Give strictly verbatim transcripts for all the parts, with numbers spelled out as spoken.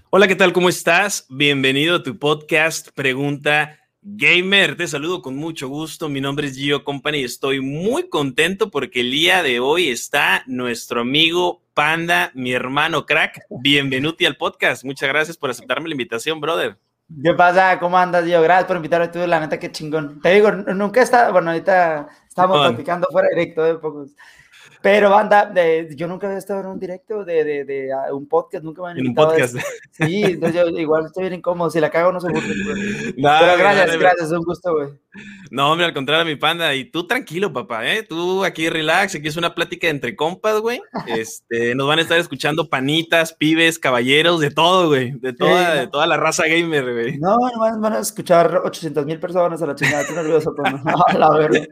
Hola, ¿qué tal? ¿Cómo estás? Bienvenido a tu podcast Pregunta Gamer. Te saludo con mucho gusto. Mi nombre es Gio Company y estoy muy contento porque el día de hoy está nuestro amigo Panda, mi hermano crack. Bienvenuti al podcast. Muchas gracias por aceptarme la invitación, brother. ¿Qué pasa? ¿Cómo andas, Gio? Gracias por invitarme tú, la neta, qué chingón. Te digo, nunca está, bueno, ahorita estábamos Simón. platicando fuera directo de pocos. Pero, banda, de, yo nunca había estado en un directo de, de, de uh, un podcast, nunca me han En un invitado a podcast. esto. Sí, entonces yo igual estoy bien incómodo. Si la cago, no se burlen, pues. Pero Dale, gracias, dale, bro. gracias, es un gusto, güey. No, hombre, al contrario, mi Panda. Y tú tranquilo, papá, ¿eh? Tú aquí relax, aquí es una plática entre compas, güey. Este, nos van a estar escuchando panitas, pibes, caballeros, de todo, güey. De toda, Sí, de no, toda la raza gamer, güey. no, no van, van a escuchar ochocientas mil personas a la chingada. Estoy nervioso, pues, no, no, la verdad.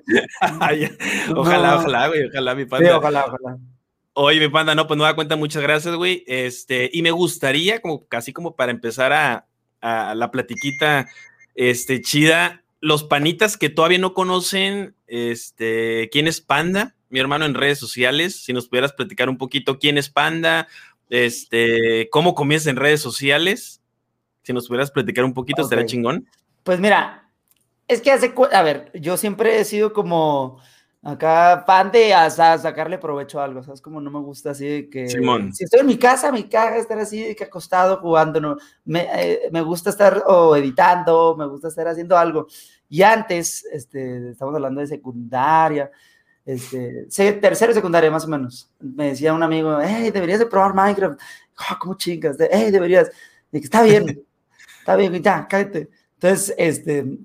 Ojalá, No, ojalá, güey, ojalá, mi sí, Panda. ojalá, ojalá. Oye, mi Panda, no, pues no da cuenta, muchas gracias, güey. Este, y me gustaría, como casi como para empezar a, a la platiquita, este, chida, los panitas que todavía no conocen, este, quién es Panda, mi hermano en redes sociales, si nos pudieras platicar un poquito quién es Panda, este, cómo comienzas en redes sociales, si nos pudieras platicar un poquito, estaría Ok. chingón. Pues mira, es que hace, cu- a ver, yo siempre he sido como acá fan de hasta sacarle provecho a algo, ¿sabes? Como no me gusta así de que, Simón. si estoy en mi casa, me caga estar así de que acostado jugando, ¿no? Me, eh, me gusta estar o editando, me gusta estar haciendo algo. Y antes, este, estamos hablando de secundaria, este, se- tercero de secundaria más o menos, me decía un amigo, hey, deberías de probar Minecraft. Ah, ¿cómo chingas? De, hey, deberías. Y dije, está bien, está bien, ya, cállate. Entonces, este,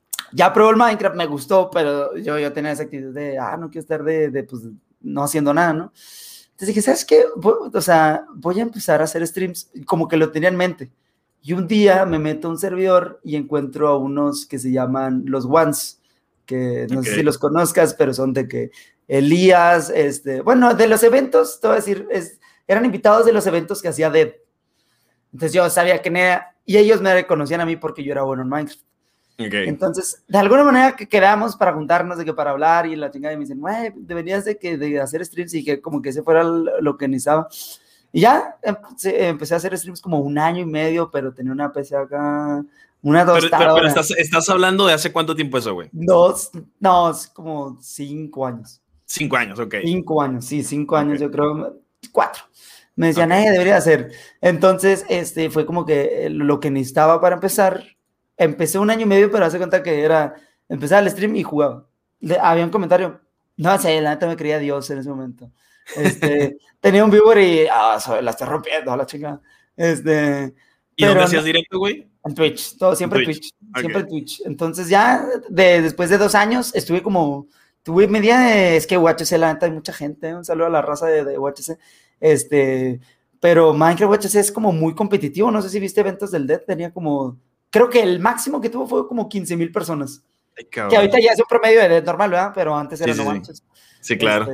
ya probé el Minecraft, me gustó, pero yo, yo tenía esa actitud de, ah, no quiero estar de, de pues, no haciendo nada, ¿no? Entonces dije, ¿sabes qué? Voy, o sea, voy a empezar a hacer streams, como que lo tenía en mente. Y un día me meto a un servidor y encuentro a unos que se llaman los Ones, que no sé si Ok. los conozcas, pero son de que Elías, este, bueno, de los eventos, te voy a decir, es, eran invitados de los eventos que hacía Dead. Entonces yo sabía quién era, y ellos me reconocían a mí porque yo era bueno en Minecraft. Ok. Entonces, de alguna manera que quedamos para juntarnos, de que para hablar y la chingada, y me dicen, güey, deberías de, que, de hacer streams y que como que ese fuera lo que necesitaba. Y ya empecé, empecé a hacer streams como un año y medio, pero tenía una P C acá, una Pero, pero, pero tostadora. estás, estás hablando de hace cuánto tiempo eso, güey. Dos, no, es como cinco años. Cinco años, ok. Cinco años, sí, cinco Ok. años, yo creo, cuatro. Me decían, Ok. eh, debería hacer. Entonces, este, fue como que lo que necesitaba para empezar. Empecé un año y medio, pero hace cuenta que era, empezaba el stream y jugaba. Le, había un comentario, no sé, la neta me creía Dios en ese momento. Este, tenía un viewer y, ah, oh, la estoy rompiendo, la chingada. Este, ¿Y dónde pero no, hacías directo, güey? en Twitch, todo, En siempre Twitch. Twitch, siempre Ok. Twitch. Entonces ya de, después de dos años estuve como, tuve media, de, es que U H C, la neta, hay mucha gente, ¿eh? Un saludo a la raza de, de U H C, este, pero Minecraft U H C es como muy competitivo, no sé si viste eventos del Dead, tenía como, creo que el máximo que tuvo fue como quince mil personas, Ay, que ahorita cabrón. ya es un promedio de Dead normal, ¿verdad? Pero antes Sí, era sí, no sí. manches. Sí, claro. Este,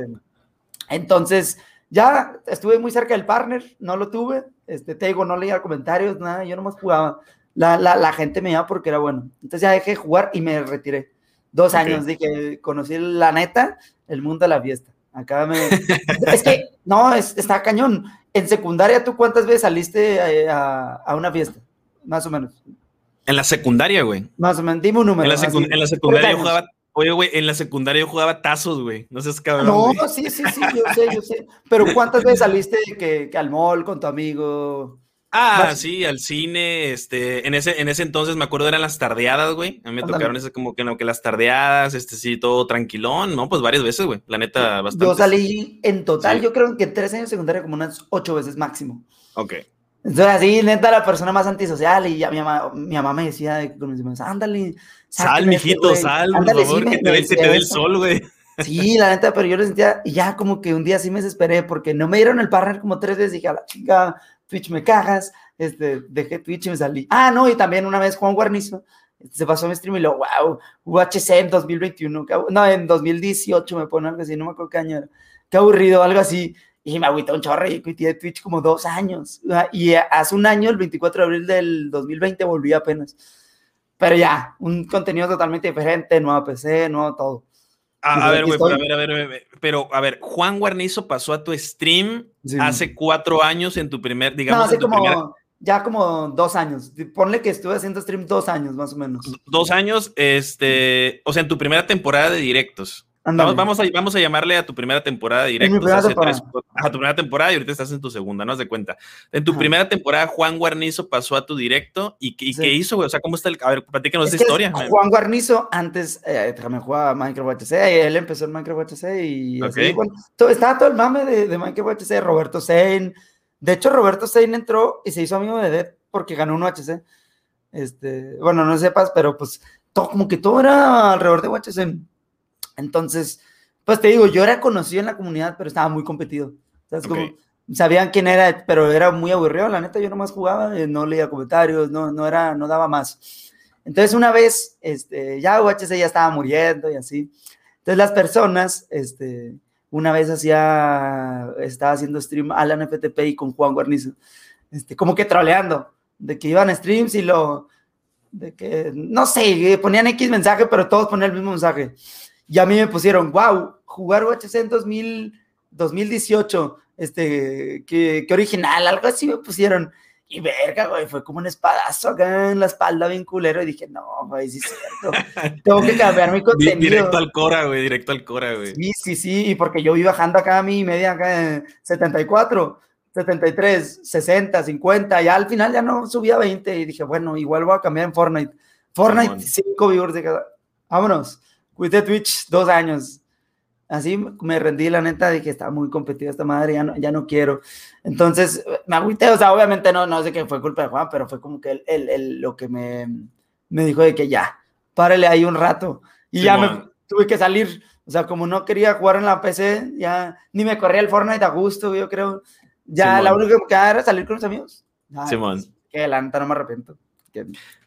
entonces, ya estuve muy cerca del partner, no lo tuve, este, te digo, no leía comentarios, nada, yo nomás jugaba. La, la, la gente me iba porque era bueno. Entonces ya dejé de jugar y me retiré. Dos Ok. años, dije, conocí la neta, el mundo de la fiesta. Acá me... Es que, no, es, está cañón. En secundaria, ¿tú cuántas veces saliste a, a, a una fiesta? Más o menos. En la secundaria, güey. Más o menos, dime un En la, número, secund- así. en la Tres secundaria yo años. jugaba. Oye, güey, en la secundaria yo jugaba tazos, güey. No seas Ah, cabrón, no, güey. sí, sí, sí, yo sé, yo sé. Pero ¿cuántas veces saliste que, que al mall con tu amigo? Ah, Más, sí, al cine, este, en ese, en ese entonces me acuerdo eran las tardeadas, güey. A mí me tocaron ándale. ese como que, no, que las tardeadas, este, sí, todo tranquilón, ¿no? Pues varias veces, güey. La neta, Yo bastantes. salí en total, Sí, yo creo que en tres años de secundaria como unas ocho veces máximo. ok. Entonces, así, neta, la persona más antisocial y ya mi mamá, mi mamá me decía de, con mis hermanos, ándale, Sal, sáquenme a este mijito, güey. sal, por Ándale, sí, favor, me, que te me dé, que decía te dé el eso. sol, güey. Sí, la neta, pero yo lo sentía, y ya como que un día sí me desesperé porque no me dieron el partner como tres veces, dije, a la chica, Twitch me cagas, este, dejé Twitch y me salí. Ah, no, y también una vez Juan Guarnizo, se pasó mi stream y lo, wow, U H C en dos mil veintiuno, no, en dos mil dieciocho me pone algo así, no me acuerdo qué año era, qué aburrido, algo así, y me agüité un chorro y quité de Twitch como dos años, y hace un año, el veinticuatro de abril del dos mil veinte, volví apenas, pero ya, un contenido totalmente diferente, nueva P C, nuevo todo. Y A, a pues ver, aquí güey, pero a estoy. ver, a ver, a ver, pero a ver, Juan Guarnizo pasó a tu stream Sí, hace cuatro años en tu primer, no, digamos, en hace tu primera, como Ya como dos años. Ponle que estuve haciendo stream dos años, más o menos. Dos años, este, o sea, en tu primera temporada de directos. Vamos, vamos, a, vamos a llamarle a tu primera temporada de directos. Hace tres, a tu primera temporada y ahorita estás en tu segunda, ¿no? Haz de cuenta. En tu Ajá. primera temporada, Juan Guarnizo pasó a tu directo. ¿Y, y sí. qué hizo, güey? O sea, ¿cómo está el...? A ver, platícanos esa historia. Es Juan Guarnizo, antes, eh, también jugaba Minecraft U H C, él empezó en Minecraft U H C y okay. así, bueno, todo, estaba todo el mame de, de Minecraft U H C, Roberto Sein. De hecho, Roberto Sein entró y se hizo amigo de Dead porque ganó un U H C. Este, bueno, no sepas, pero pues, todo, como que todo era alrededor de U H C. Entonces... Pues te digo, yo era conocido en la comunidad, pero estaba muy competido. ¿Sabes? Okay. Como, sabían quién era, pero era muy aburrido. La neta, yo nomás jugaba, no leía comentarios, no, no, era, no daba más. Entonces, una vez, este, ya U H C ya estaba muriendo y así. Entonces, las personas, este, una vez hacía, estaba haciendo stream Alan F T P y con Juan Guarnizo, este, como que troleando, de que iban a streams y lo, de que, no sé, ponían X mensaje, pero todos ponían el mismo mensaje. Y a mí me pusieron, wow, jugar U H C en dos mil, dos mil dieciocho, este, qué, qué original, algo así me pusieron. Y verga, güey, fue como un espadazo acá en la espalda bien culero. Y dije, no, güey, sí es cierto. Tengo que cambiar mi contenido. Directo al Cora, güey, directo al Cora, güey. Sí, sí, sí, y porque yo vi bajando acá a mi media acá en setenta y cuatro, setenta y tres, sesenta, cincuenta, ya al final ya no subía veinte. Y dije, bueno, igual voy a cambiar en Fortnite. Fortnite, cinco viewers de cada. Vámonos. Cuité Twitch dos años. Así me rendí, la neta, dije, está muy competida esta madre, ya no, ya no quiero. Entonces, me agüité, o sea, obviamente no, no sé qué fue culpa de Juan, pero fue como que él, él, él lo que me, me dijo de que ya, párale ahí un rato. Y sí, ya man. me tuve que salir, o sea, como no quería jugar en la P C, ya ni me corría el Fortnite a gusto, yo creo. Ya sí, la única que me quedaba era salir con los amigos. Ay, sí, pues, que la neta no me arrepiento. Que,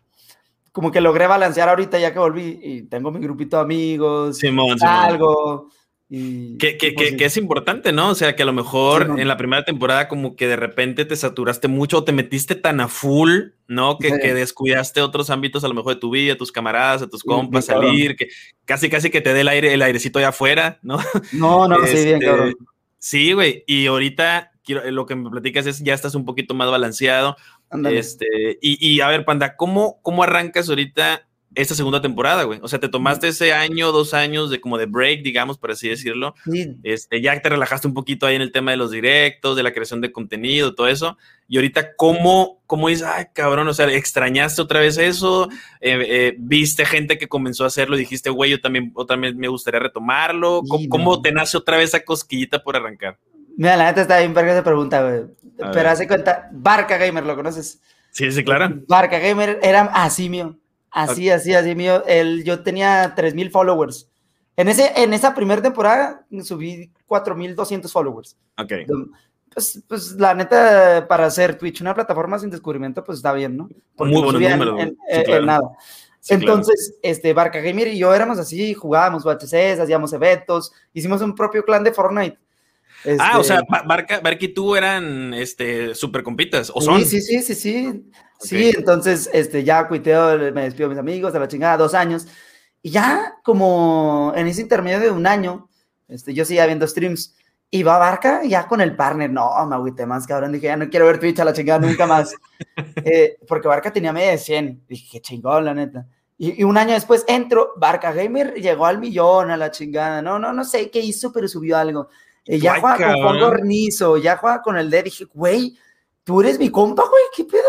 como que logré balancear ahorita ya que volví y tengo mi grupito de amigos, Simón, algo. Simón. Y, que, que, pues, que, que es importante, ¿no? O sea, que a lo mejor sí, en la primera temporada como que de repente te saturaste mucho o te metiste tan a full, ¿no? Que, sí. que descuidaste otros ámbitos a lo mejor de tu vida, a tus camaradas, a tus compas, sí, salir, que casi casi que te dé el aire, el airecito allá afuera, ¿no? No, no, este, sí, bien, cabrón. Sí, güey, y ahorita quiero, lo que me platicas es ya estás un poquito más balanceado. Andale. Este, y, y a ver, Panda, ¿cómo, cómo arrancas ahorita esta segunda temporada, güey? O sea, te tomaste ese año, dos años de como de break, digamos, por así decirlo. Sí. Este, ya te relajaste un poquito ahí en el tema de los directos, de la creación de contenido, todo eso. Y ahorita, ¿cómo, cómo dices, ay, cabrón, o sea, extrañaste otra vez eso? Eh, eh, ¿Viste gente que comenzó a hacerlo y dijiste, güey, yo también, otra vez me gustaría retomarlo? ¿Cómo, sí, no. ¿Cómo te nace otra vez esa cosquillita por arrancar? Mira, la neta está bien verga esa pregunta, güey. Pero ver. Hace cuenta, Barca Gamer, ¿lo conoces? Sí, sí, claro. Barca Gamer era así mío. Así, okay. así, así mío. El, yo tenía tres mil followers. En, ese, en esa primera temporada subí cuatro mil doscientos followers. Ok. Pues, pues la neta, para hacer Twitch una plataforma sin descubrimiento, pues está bien, ¿no? Porque muy no buen número. En, en, sí, en, claro. en nada. Sí, Entonces, claro. este, Barca Gamer y yo éramos así, jugábamos U H Cs, hacíamos eventos, hicimos un propio clan de Fortnite. Este... Ah, o sea, Barca, Barca y tú eran este, super compitas, ¿o son? Sí, sí, sí, sí, sí. Okay. Sí, entonces este, ya cuiteo, me despido de mis amigos, de la chingada, dos años. Y ya como en ese intermedio de un año, este, yo seguía viendo streams. Y va Barca ya con el partner. No, me agüité más, cabrón. Dije, ya no quiero ver Twitch a la chingada nunca más. eh, porque Barca tenía media de cien. Dije, qué chingón, la neta. Y, y un año después entro, Barca Gamer llegó al millón a la chingada. No, no, no sé qué hizo, pero subió algo. Eh, ya juega con Juan Guarnizo, ya juega con el D. Dije, güey, tú eres mi compa, güey, ¿qué pedo?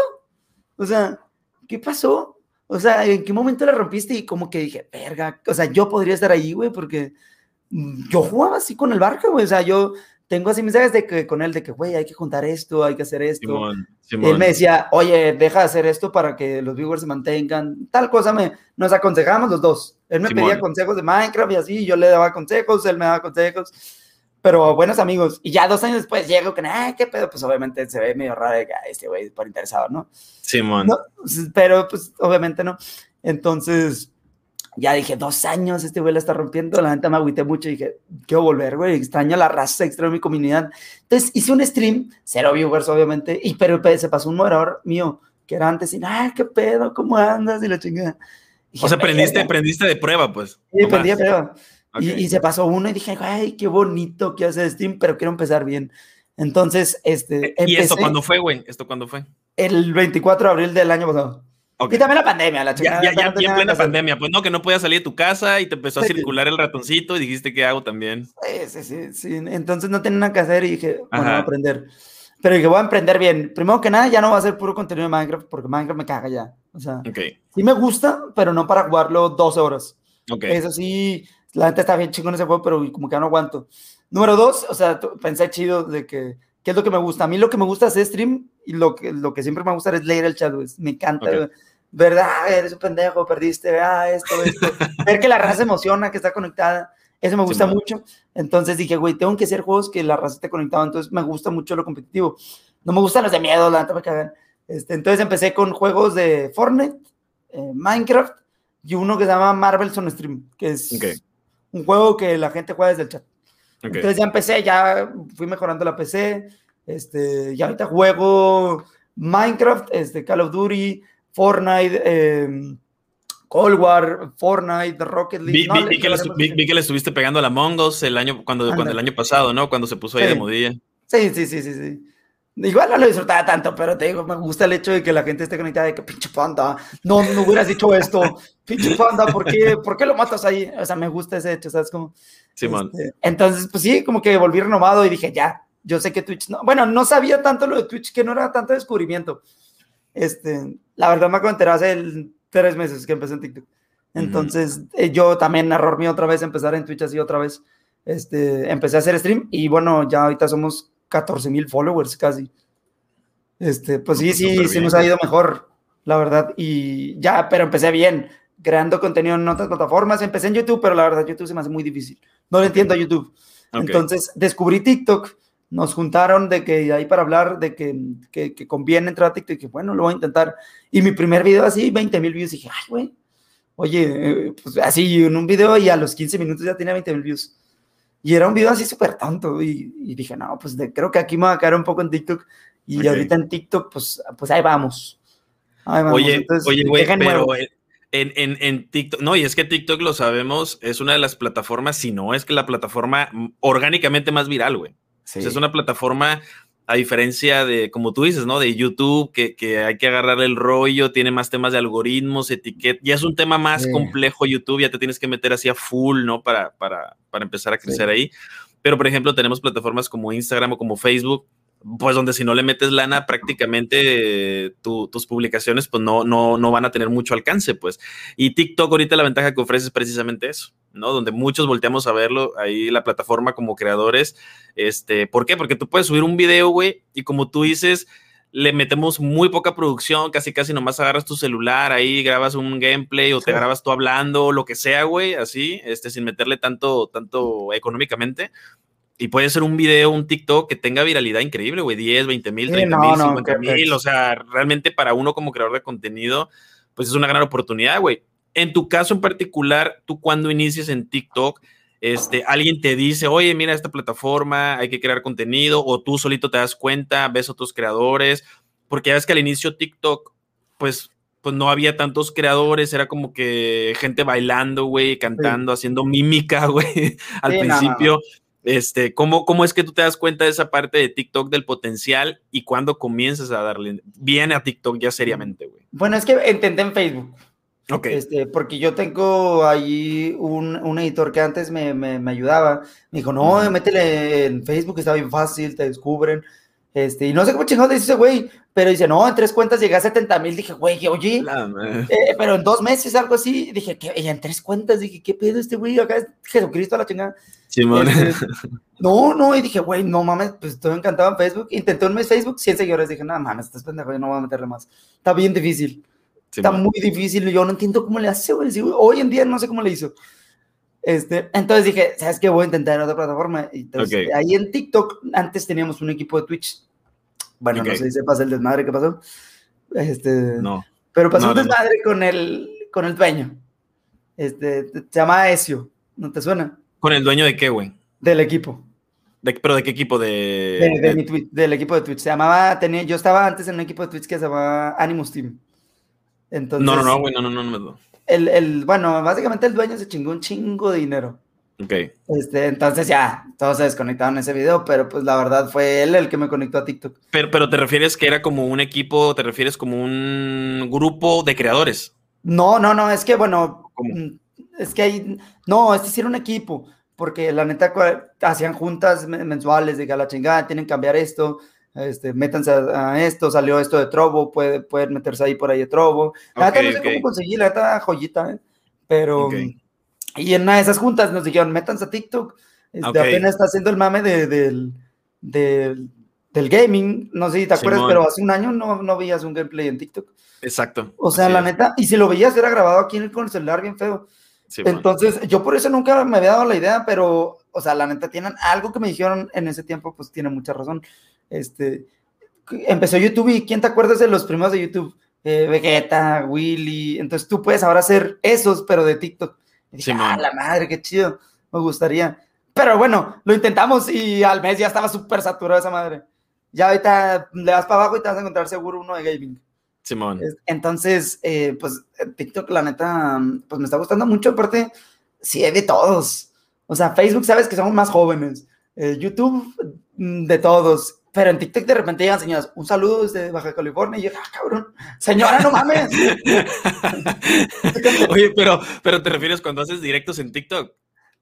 O sea, ¿qué pasó? O sea, ¿en qué momento la rompiste? Y como que dije, verga, o sea, yo podría estar ahí, güey, porque yo jugaba así con el Barca, güey, o sea, yo tengo así mensajes de que, con él, de que, güey, hay que juntar esto, hay que hacer esto. Simón, Simón. Él me decía, oye, deja de hacer esto para que los viewers se mantengan, tal cosa, me, nos aconsejamos los dos. Él me Simón. pedía consejos de Minecraft y así, yo le daba consejos, él me daba consejos. Pero buenos amigos, y ya dos años después llego con, ah, qué pedo, pues obviamente se ve medio raro de que este güey por interesado, ¿no? Simón. No, pero pues obviamente no. Entonces, ya dije, dos años, este güey la está rompiendo, la gente me agüité mucho y dije, quiero volver, güey, extraño la raza, extraño mi comunidad. Entonces hice un stream, cero viewers obviamente, y pero se pasó un moderador mío, que era antes, y, ah, qué pedo, ¿cómo andas? Y la chingada. O sea, aprendiste, aprendiste de prueba, pues. Sí, aprendí de prueba. Okay. Y, y se pasó uno y dije, ay, qué bonito que hace Steam, pero quiero empezar bien. Entonces, este, ¿Y empecé... esto cuándo fue, güey? ¿Esto cuándo fue? El veinticuatro de abril del año pasado. Okay. Y también la pandemia, la chingada. Ya, ya, ya, ya en plena pandemia, pues no, que no podías salir de tu casa y te empezó a sí, circular el ratoncito y dijiste, ¿qué hago también? Sí, sí, sí, sí. Entonces no tenía nada que hacer y dije, bueno, Ajá. voy a aprender. Pero dije, voy a emprender bien. Primero que nada, ya no va a ser puro contenido de Minecraft porque Minecraft me caga ya. O sea, okay. sí me gusta, pero no para jugarlo doce horas. Okay. Eso sí, la gente está bien chingón ese juego, pero como que ya no aguanto. Número dos, o sea, pensé chido de que, ¿qué es lo que me gusta? A mí lo que me gusta es stream y lo que, lo que siempre me gusta es leer el chat, güey. Me encanta, okay. ¿Verdad? Eres un pendejo, perdiste, ah, esto, esto. Ver que la raza se emociona, que está conectada. Eso me gusta sí, mucho. Entonces dije, güey, tengo que hacer juegos que la raza esté conectada. Entonces me gusta mucho lo competitivo. No me gustan los de miedo, la neta me cagan. Este, entonces empecé con juegos de Fortnite, eh, Minecraft y uno que se llama Marvel's on Stream, que es okay. un juego que la gente juega desde el chat. Okay. Entonces ya empecé, ya fui mejorando la P C. Este, y ahorita juego Minecraft, este, Call of Duty, Fortnite, eh, Cold War, Fortnite, Rocket League. Vi, no, vi, vi, que le, vi, vi que le estuviste pegando a la Among Us el año, cuando, cuando el año pasado, ¿no? Cuando se puso ahí sí. de modilla. Sí, sí, sí, sí, sí. Igual no lo disfrutaba tanto, pero te digo, me gusta el hecho de que la gente esté conectada, de que pinche panda, no, no hubieras dicho esto, pinche panda, ¿por qué, ¿por qué lo matas ahí? O sea, me gusta ese hecho, ¿sabes cómo? Simón. Este, entonces, pues sí, como que volví renovado y dije, ya, yo sé que Twitch, no, bueno, no sabía tanto lo de Twitch, que no era tanto descubrimiento. Este, la verdad me acabo de enterar hace el, tres meses que empecé en TikTok. Entonces, uh-huh. eh, yo también, error mío otra vez, empezar en Twitch así otra vez. Este, empecé a hacer stream y bueno, ya ahorita somos catorce mil followers casi. Este, pues sí, sí, sí nos ha ido mejor, la verdad. Y ya, pero empecé bien, creando contenido en otras plataformas. Empecé en YouTube, pero la verdad YouTube se me hace muy difícil. No le entiendo a YouTube. Okay. Entonces, descubrí TikTok. Nos juntaron de que ahí para hablar de que, que, que conviene entrar a TikTok y que bueno, lo voy a intentar. Y mi primer video así, veinte mil views. Y dije, ay, güey, oye, pues así en un video y a los quince minutos ya tenía veinte mil views. Y era un video así súper tonto. Y, y dije, no, pues de, creo que aquí me voy a caer un poco en TikTok. Y okay. ahorita en TikTok, pues, pues ahí vamos. Ahí vamos. Oye, Entonces, oye, güey, pero en, en, en TikTok, no, y es que TikTok, lo sabemos, es una de las plataformas, si no es que la plataforma orgánicamente más viral, güey. Sí. O sea, es una plataforma, a diferencia de, como tú dices, ¿no? De YouTube, que, que hay que agarrarle el rollo, tiene más temas de algoritmos, etiquetas, ya es un tema más sí. complejo YouTube, ya te tienes que meter así a full, ¿no? Para, para, para empezar a crecer sí. ahí. Pero, por ejemplo, tenemos plataformas como Instagram o como Facebook, pues donde si no le metes lana, prácticamente eh, tu, tus publicaciones pues no, no, no van a tener mucho alcance, pues. Y TikTok ahorita la ventaja que ofrece es precisamente eso, ¿no? Donde muchos volteamos a verlo, ahí la plataforma como creadores, este, ¿por qué? Porque tú puedes subir un video, güey, y como tú dices, le metemos muy poca producción, casi casi nomás agarras tu celular, ahí grabas un gameplay o sí. te grabas tú hablando, lo que sea, güey, así, este, sin meterle tanto, tanto económicamente. Y puede ser un video, un TikTok que tenga viralidad increíble, güey, diez, veinte mil, treinta mil, cincuenta mil, o sea, realmente para uno como creador de contenido, pues es una gran oportunidad, güey. En tu caso en particular, tú cuando inicias en TikTok, este, alguien te dice, oye, mira esta plataforma, hay que crear contenido, o tú solito te das cuenta, ves a otros creadores, porque ya ves que al inicio TikTok, pues, pues no había tantos creadores, era como que gente bailando, güey, cantando, sí. haciendo mímica, güey, al sí, principio. No, no, no. Este, ¿cómo, ¿Cómo es que tú te das cuenta de esa parte de TikTok del potencial y cuándo comienzas a darle bien a TikTok ya seriamente, güey? Bueno, es que intenté en Facebook. Ok. Este, porque yo tengo ahí un, un editor que antes me, me, me ayudaba. Me dijo, no, uh-huh. métele en Facebook, está bien fácil, te descubren. Este, y no sé cómo chingados dice ese güey, pero dice, no, en tres cuentas llegué a setenta mil. Dije, güey, oye, eh, pero en dos meses, algo así. Dije, ¿qué? Y en tres cuentas, dije, ¿qué pedo este güey? Acá es Jesucristo a la chingada. Sí, este, no, no, y dije, güey, no mames, pues estoy encantado en Facebook. Intenté un mes Facebook, cien seguidores. Dije, no mames, estás pendejo, yo no voy a meterle más. Está bien difícil. Sí, Está man. muy difícil. Yo no entiendo cómo le hace, güey. Hoy en día no sé cómo le hizo. Este, entonces dije, ¿sabes qué? Voy a intentar otra plataforma. Entonces, okay. ahí en TikTok, antes teníamos un equipo de Twitch. Bueno, okay. no sé si sepas el desmadre que pasó. Este, no. Pero pasó no, un desmadre no. con, el, con el dueño. Este, se llama Ezio. ¿No te suena? ¿Con el dueño de qué, güey? Del equipo. ¿De, ¿Pero de qué equipo? De, de, de, de... Mi Twitch, del equipo de Twitch. Se llamaba, tenía, yo estaba antes en un equipo de Twitch que se llamaba Animus Team. Entonces, no, no, no, güey, no, no, no, no. El, el, bueno, básicamente el dueño se chingó un chingo de dinero. Ok. Este, entonces ya, todos se desconectaron en ese video, pero pues la verdad fue él el que me conectó a TikTok. Pero, pero te refieres que era como un equipo, te refieres como un grupo de creadores. No, no, no, es que bueno, ¿Cómo? es que hay, no, este sí era un equipo, porque la neta hacían juntas mensuales de que a la chingada tienen que cambiar esto, este, métanse a, a esto, salió esto de Trovo, puede, pueden meterse ahí por ahí de Trovo. La Ok, neta no sé ok. cómo conseguí, la neta joyita, ¿eh? Pero, Ok. y en una de esas juntas nos dijeron, métanse a TikTok, este, Ok. apenas está haciendo el mame de, del, del, del gaming, no sé si te acuerdas, Simón. pero hace un año no, no veías un gameplay en TikTok. Exacto. O sea, Así la es. neta, y si lo veías era grabado aquí en el, con el celular bien feo. Simón. Entonces, yo por eso nunca me había dado la idea, pero, o sea, la neta, tienen algo que me dijeron en ese tiempo, pues tiene mucha razón. Este, empezó YouTube y ¿quién te acuerdas de los primeros de YouTube? Eh, Vegeta, Willy, entonces tú puedes ahora hacer esos, pero de TikTok. Y dije, Simón. ah, la madre, qué chido, me gustaría. Pero bueno, lo intentamos y al mes ya estaba súper saturado esa madre. Ya ahorita le vas para abajo y te vas a encontrar seguro uno de gaming. Simón. Entonces, eh, pues TikTok, la neta, pues me está gustando mucho. Aparte, sí, hay de todos. O sea, Facebook, sabes que somos más jóvenes. Eh, YouTube, de todos. Pero en TikTok de repente llegan señoras, un saludo desde Baja California. Y yo, ah, cabrón, señora, no mames. Oye, pero, pero te refieres cuando haces directos en TikTok.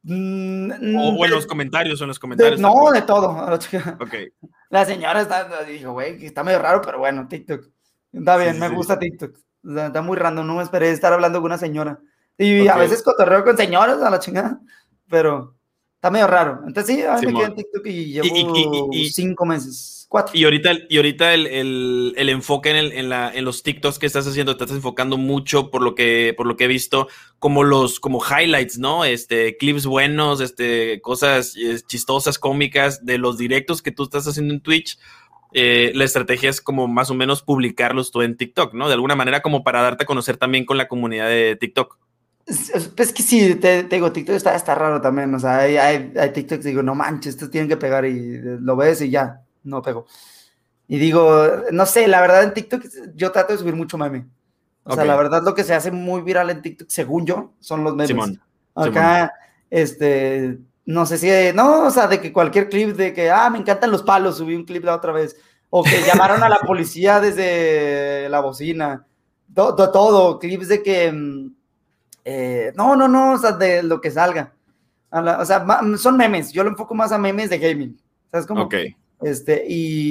O, o en los comentarios, o en los De, comentarios no, también. de todo. Ok. La señora está, dijo, güey, está medio raro, pero bueno, TikTok. Está bien, Sí, me sí, gusta sí. TikTok. O sea, está muy random, no me esperé estar hablando con una señora. Y a Ok. veces cotorreo con señoras a la chingada, pero está medio raro. Entonces sí, ahí me quedé en Simón. TikTok y Y, y, y, llevo y, cinco meses, cuatro. y ahorita, y ahorita el, el, el enfoque en, el, en, la, en los TikToks que estás haciendo, te estás enfocando mucho por lo que, por lo que he visto, como los, como highlights, ¿no? Este, clips buenos, este, cosas eh, chistosas, cómicas, de los directos que tú estás haciendo en Twitch. Eh, la estrategia es como más o menos publicarlos tú en TikTok, ¿no? De alguna manera como para darte a conocer también con la comunidad de TikTok. Es, es, es que sí, te, te digo, TikTok está, está raro también. O sea, hay, hay, hay TikToks digo, no manches, estos tienen que pegar y lo ves y ya, no pego. Y digo, no sé, la verdad en TikTok yo trato de subir mucho meme. O sea, Ok. la verdad lo que se hace muy viral en TikTok, según yo, son los memes. Simón. Simón. Acá, este, no sé si, no, o sea, de que cualquier clip de que, ah, me encantan los palos, subí un clip la otra vez. O que llamaron a la policía desde la bocina. Todo, todo, todo. Clips de que, eh, no, no, no, o sea, de lo que salga. La, o sea, son memes. Yo lo enfoco más a memes de gaming. ¿Sabes cómo? Ok. Este,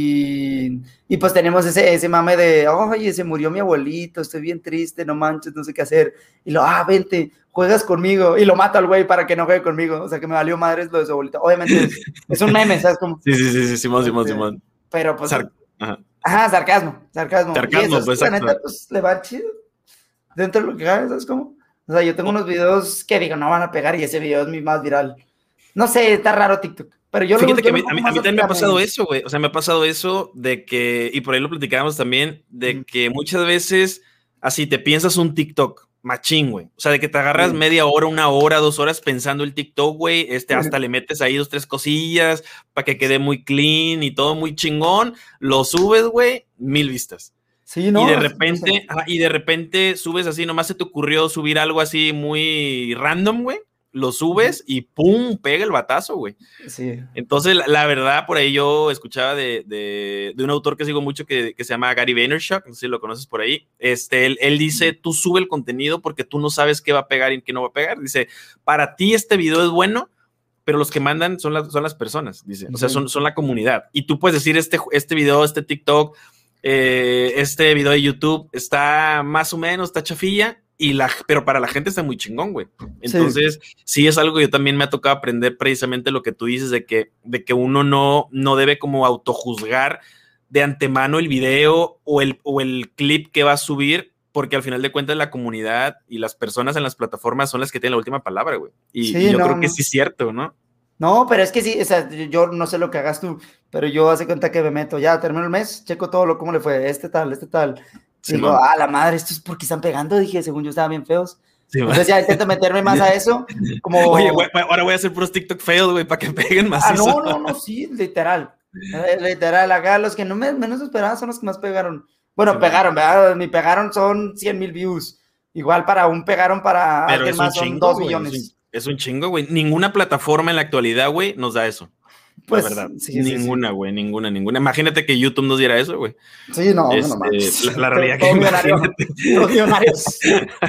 y, y pues tenemos ese, ese mame de, oye, se murió mi abuelito, estoy bien triste, no manches, no sé qué hacer. Y lo, ah, vente, juegas conmigo. Y lo mato al güey para que no juegue conmigo. O sea, que me valió madres lo de su abuelito. Obviamente es, es un meme, ¿sabes cómo? Sí, sí, sí, sí, Simón, Simón, Este, Simón. pero pues, Sar ajá. ajá, sarcasmo, sarcasmo. Sarcasmo, Y eso, pues la exacto. neta, pues le va chido. Dentro de lo que cabe, ¿sabes cómo? O sea, yo tengo Oh. unos videos que digo, no van a pegar y ese video es mi más viral. No sé, está raro TikTok. Pero yo Fíjate lo, que yo a mí, lo a mí, a más mí también me ha pasado memes. eso, güey. O sea, me ha pasado eso de que, y por ahí lo platicábamos también, de Mm. que muchas veces así te piensas un TikTok, machín, güey. O sea, de que te agarras Sí. media hora, una hora, dos horas pensando el TikTok, güey. Este, hasta le metes ahí dos, tres cosillas para que quede muy clean y todo muy chingón. Lo subes, güey, mil vistas. Sí, Y de no, repente, ajá, y de repente subes así, nomás se te ocurrió subir algo así muy random, güey. Lo subes y ¡pum! Pega el batazo, güey. sí. Entonces, la, la, verdad, por ahí yo escuchaba de, de, de un autor que sigo mucho que, que se llama Gary Vaynerchuk, no sé si lo conoces por ahí. Este, él, él dice, tú sube el contenido porque tú no sabes qué va a pegar y qué no va a pegar. Dice, para ti este video es bueno, pero los que mandan son, la, son las personas, dice. O sea, son, son la comunidad. Y tú puedes decir, este, este video, este TikTok, eh, este video de YouTube está más o menos, está chafilla, y la, pero para la gente está muy chingón, güey. Entonces, sí. sí es algo que yo también me ha tocado aprender precisamente lo que tú dices, de que, de que uno no, no debe como autojuzgar de antemano el video o el, o el clip que va a subir, porque al final de cuentas la comunidad y las personas en las plataformas son las que tienen la última palabra, güey. Y, Sí, y yo no, creo que no. sí es cierto, ¿no? No, pero es que sí, o sea, yo no sé lo que hagas tú, pero yo hace cuenta que me meto, ya termino el mes, checo todo lo cómo le fue, este tal, este tal. Sí, digo, ah, la madre, esto es porque están pegando, dije, según yo estaban bien feos. Sí, entonces ya intento meterme más a eso, como... Oye, güey, ahora voy a hacer puros TikTok fail, güey, para que peguen más. Ah, no, no, no, sí, literal. Literal, acá los que no me, menos esperaban son los que más pegaron. Bueno, sí, pegaron, ¿verdad? Ni pegaron son cien mil views. Igual para un pegaron para pero alguien más son chingo, dos güey, millones. Es un, Es un chingo, güey. Ninguna plataforma en la actualidad, güey, nos da eso. Pues, la verdad. Sí, ninguna, güey, sí, sí. ninguna, ninguna. Imagínate que YouTube nos diera eso, güey. Sí, no, este, no mames. La, la realidad que imagínate. Los millonarios.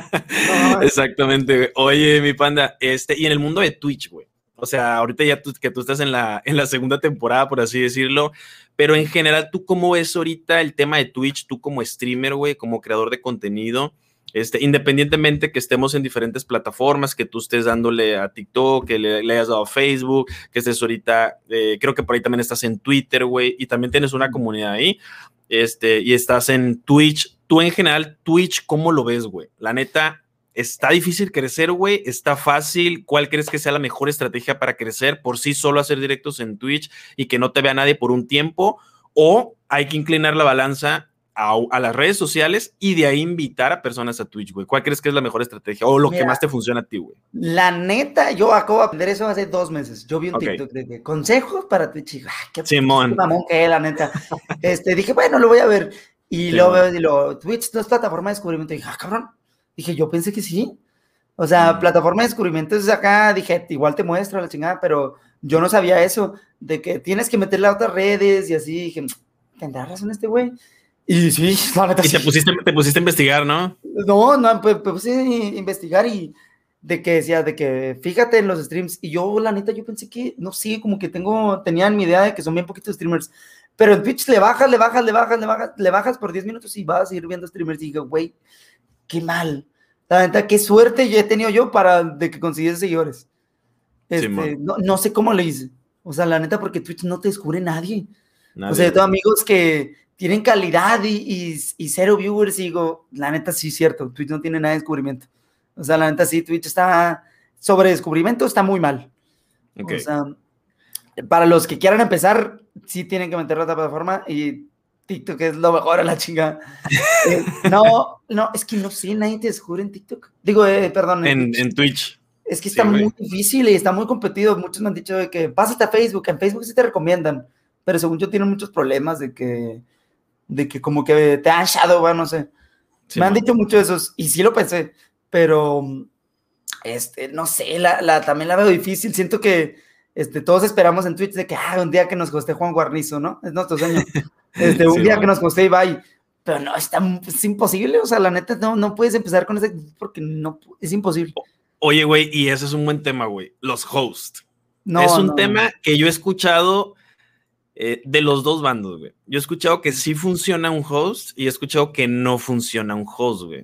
No, exactamente, güey. Oye, mi panda, este, y en el mundo de Twitch, güey. O sea, ahorita ya tú, que tú estás en la, en la segunda temporada, por así decirlo, pero en general, ¿tú cómo ves ahorita el tema de Twitch? Tú como streamer, güey, como creador de contenido, este, independientemente que estemos en diferentes plataformas, que tú estés dándole a TikTok, que le, le hayas dado a Facebook, que estés ahorita, eh, creo que por ahí también estás en Twitter, güey, y también tienes una comunidad ahí, este, y estás en Twitch. Tú en general, Twitch, ¿cómo lo ves, güey? La neta, ¿está difícil crecer, güey? ¿Está fácil? ¿Cuál crees que sea la mejor estrategia para crecer? ¿Por sí solo hacer directos en Twitch y que no te vea nadie por un tiempo? ¿O hay que inclinar la balanza a, a las redes sociales y de ahí invitar a personas a Twitch, güey? ¿Cuál crees que es la mejor estrategia? O lo Mira, que más te funciona a ti, güey. La neta, yo acabo de aprender eso hace dos meses. Yo vi un okay. TikTok de, de consejos para Twitch. Y, ah, qué Simón. mamón que es, la neta. Este, dije, bueno, lo voy a ver. Y sí, luego veo, y lo, Twitch no es plataforma de descubrimiento. Y dije, ah, cabrón. Dije, yo pensé que sí. O sea, mm. plataforma de descubrimiento es acá, dije, igual te muestro la chingada, pero yo no sabía eso, de que tienes que meterle a otras redes y así. Dije, ¿tendrá razón este güey? Y sí, la neta, y sí. te pusiste, te pusiste a investigar, ¿no? No, no, pues, pues puse a investigar y de que decía, de que fíjate en los streams. Y yo, la neta, yo pensé que, no sé, como que tengo, tenían mi idea de que son bien poquitos streamers. Pero en Twitch le bajas, le bajas, le bajas, le bajas, le bajas por diez minutos y vas a seguir viendo streamers. Y digo, güey, qué mal. La neta, qué suerte ya he tenido yo para de que consiguiese seguidores. Este, sí, no, no sé cómo le hice. O sea, la neta, porque Twitch no te descubre nadie. nadie. O sea, yo tengo amigos que tienen calidad y, y, y cero viewers y digo, la neta, sí es cierto, Twitch no tiene nada de descubrimiento. O sea, la neta, sí, Twitch está sobre descubrimiento, está muy mal. Okay. O sea, para los que quieran empezar, sí tienen que meter la otra plataforma y TikTok es lo mejor a la chinga. Eh, no, no, es que no sé, nadie te descubre en TikTok. Digo, eh, perdón. En, en, Twitch. en Twitch. Es que está sí, muy wey. difícil y está muy competido. Muchos me han dicho de que pásate a Facebook. En Facebook sí te recomiendan, pero según yo tienen muchos problemas de que, de que como que te han shadow, no sé. Sí, me han man. dicho mucho de esos y sí lo pensé, pero este, no sé, la, la, también la veo difícil. Siento que este, todos esperamos en Twitch de que ah, un día que nos coste Juan Guarnizo, ¿no? Es nuestro sueño. Este, un sí, día man. que nos coste Ibai. Pero no, está, es imposible. O sea, la neta, no, no puedes empezar con ese porque no, es imposible. Oye, güey, y ese es un buen tema, güey. Los hosts. No, es un no. tema que yo he escuchado eh, de los dos bandos, güey. Yo he escuchado que sí funciona un host y he escuchado que no funciona un host, güey.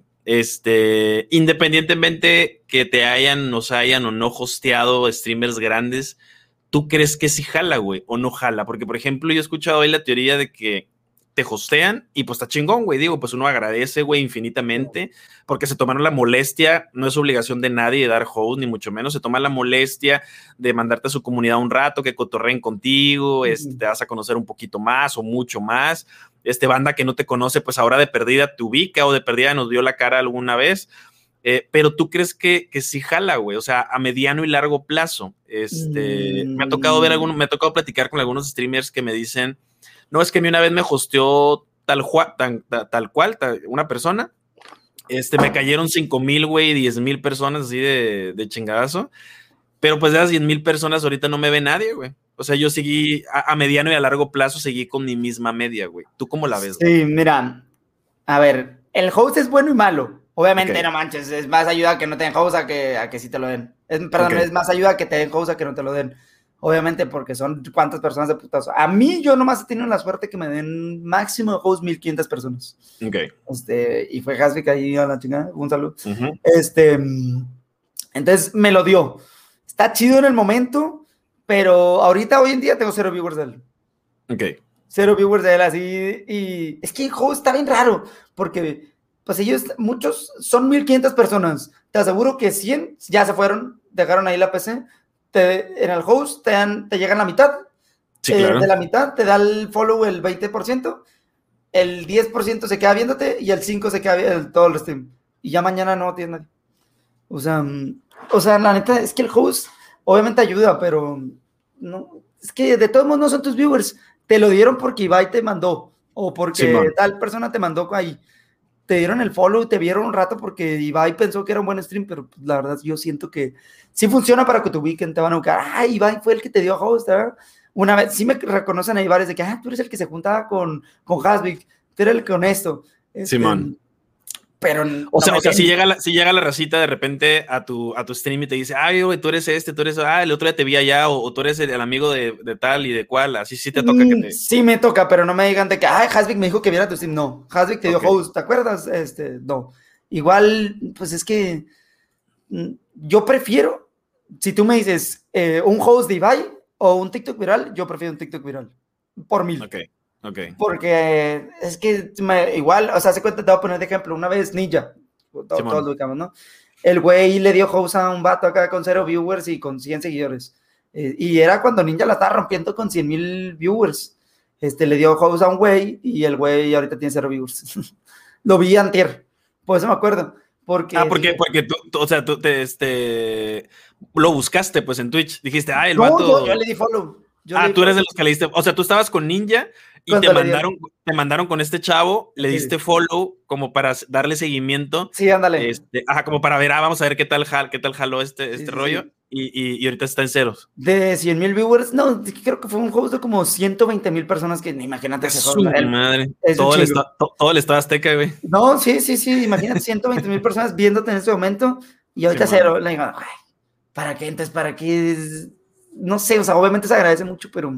Este, independientemente que te hayan, nos hayan o no hosteado streamers grandes, ¿tú crees que sí jala, güey, o no jala? Porque, por ejemplo, yo he escuchado hoy la teoría de que te hostean y pues está chingón, güey. Digo, pues uno agradece, güey, infinitamente porque se tomaron la molestia. No es obligación de nadie de dar host, ni mucho menos. Se toman la molestia de mandarte a su comunidad un rato, que cotorreen contigo, uh-huh. este, te vas a conocer un poquito más o mucho más. Este, banda que no te conoce, pues ahora de perdida te ubica o de perdida nos dio la cara alguna vez. Eh, pero tú crees que, que sí jala, güey, o sea, a mediano y largo plazo. Este, mm. me ha tocado ver algunos, me ha tocado platicar con algunos streamers que me dicen, no, es que a mí una vez me hosteó tal, tal, tal, tal cual, tal, una persona, este, me cayeron cinco mil, güey, diez mil personas así de, de chingadazo, pero pues de esas diez mil personas ahorita no me ve nadie, güey. O sea, yo seguí, a, a mediano y a largo plazo seguí con mi misma media, güy. ¿Tú cómo la ves? Sí, güey? Mira, a ver, el host es bueno y malo. Obviamente, okay. no manches, es más ayuda a que no te den host a que, a que sí te lo den. Es, perdón, okay. es más ayuda a que te den host a que no te lo den. Obviamente, porque son cuántas personas de putazo. A mí, yo nomás he tenido la suerte que me den máximo de host mil quinientas personas. Ok. Este, y fue Hasvik ahí a la chingada, un saludo. Uh-huh. Este, entonces me lo dio. Está chido en el momento, pero ahorita, hoy en día, tengo cero viewers de él. Ok. Cero viewers de él, así. Y es que el host está bien raro, porque pues ellos, muchos, son mil quinientas personas. Te aseguro que cien ya se fueron, dejaron ahí la P C. Te, en el host te, dan, te llegan la mitad. Sí, eh, claro. De la mitad te da el follow el veinte por ciento. El diez por ciento se queda viéndote y el cinco por ciento se queda viendo todo el stream. Y ya mañana no tiene nadie. O sea, o sea, la neta es que el host obviamente ayuda, pero no, es que de todos modos no son tus viewers. Te lo dieron porque Ibai te mandó o porque sí, tal persona te mandó ahí. te dieron el follow, te vieron un rato porque Ibai pensó que era un buen stream, pero pues, la verdad yo siento que sí funciona para que tu weekend te van a buscar. Ah, Ibai fue el que te dio host, ¿verdad? Una vez, sí me reconocen ahí varios de que, ah, tú eres el que se juntaba con, con Hasvik, tú eres el que honesto. Este, Simón. Pero o no sea, me o sea ven. si llega la, si llega la racita de repente a tu, a tu stream y te dice, ay, güey, tú eres este, tú eres, ah, el otro día te vi allá, o, o tú eres el, el amigo de, de tal y de cual, así sí te toca que te... Sí me toca, pero no me digan de que, ay, Hasvik me dijo que viera tu stream. No, Hasvik te dio Okay. host, ¿te acuerdas? Este, no. Igual, pues es que mm, yo prefiero, si tú me dices eh, un host de Ibai o un TikTok viral, yo prefiero un TikTok viral. Por mil. Ok, ok. Porque es que me, igual, o sea, se cuenta, te voy a poner de ejemplo, una vez Ninja, todos, todos lo ubicamos, ¿no? El güey le dio host a un vato acá con cero viewers y con cien seguidores. Eh, y era cuando Ninja la estaba rompiendo con cien mil viewers. Este, le dio host a un güey y el güey ahorita tiene cero viewers. Lo vi antier, por eso me acuerdo. Porque, ah, porque, porque tú, tú, o sea, tú te, este, lo buscaste pues en Twitch, dijiste, ah, el no, vato... yo, yo le di follow. Yo ah, le tú eres follow. de los que le diste, o sea, tú estabas con Ninja y Cuando te le mandaron, te mandaron con este chavo, le Sí. diste follow como para darle seguimiento. Sí, ándale. Este, ajá, como para ver, ah, vamos a ver qué tal, jal, qué tal jaló este, este Sí, sí, rollo. sí. Y, y, y ahorita está en ceros. De cien mil viewers, no, creo que fue un host de como ciento veinte mil personas que, imagínate ese host. Su madre. Es un Todo el, chingo. esta, to- todo el estado azteca, güey. No, sí, sí, sí, imagínate ciento veinte mil personas viéndote en este momento y ahorita Sí, man. cero. Le digo, ay, ¿para qué? Entonces, ¿para qué? No sé, o sea, obviamente se agradece mucho, pero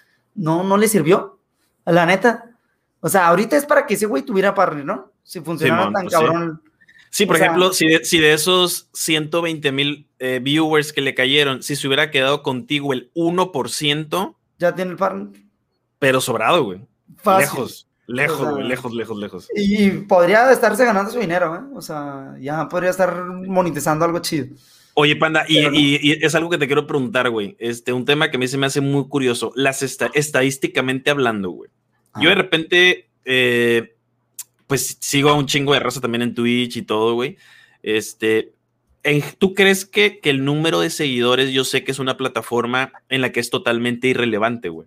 no, no le sirvió, la neta. O sea, ahorita es para que ese güey tuviera partner, ¿no? Si funcionara Simón, tan pues sí. cabrón. Sí, por O sea, ejemplo, si de, si de esos ciento veinte mil eh, viewers que le cayeron, si se hubiera quedado contigo el uno por ciento, ya tiene el partner. pero sobrado, güey. Fácil. Lejos, lejos, O sea, güey, lejos, lejos, lejos. Y podría estarse ganando su dinero, ¿eh? O sea, ya podría estar monetizando algo chido. Oye, Panda, y, Pero no. y, y es algo que te quiero preguntar, güey. Este, un tema que a mí se me hace muy curioso. Las esta, estadísticamente hablando, güey. Ah. Yo de repente, eh, pues sigo a un chingo de raza también en Twitch y todo, güey. Este, en, ¿tú crees que, que el número de seguidores, yo sé que es una plataforma en la que es totalmente irrelevante, güey?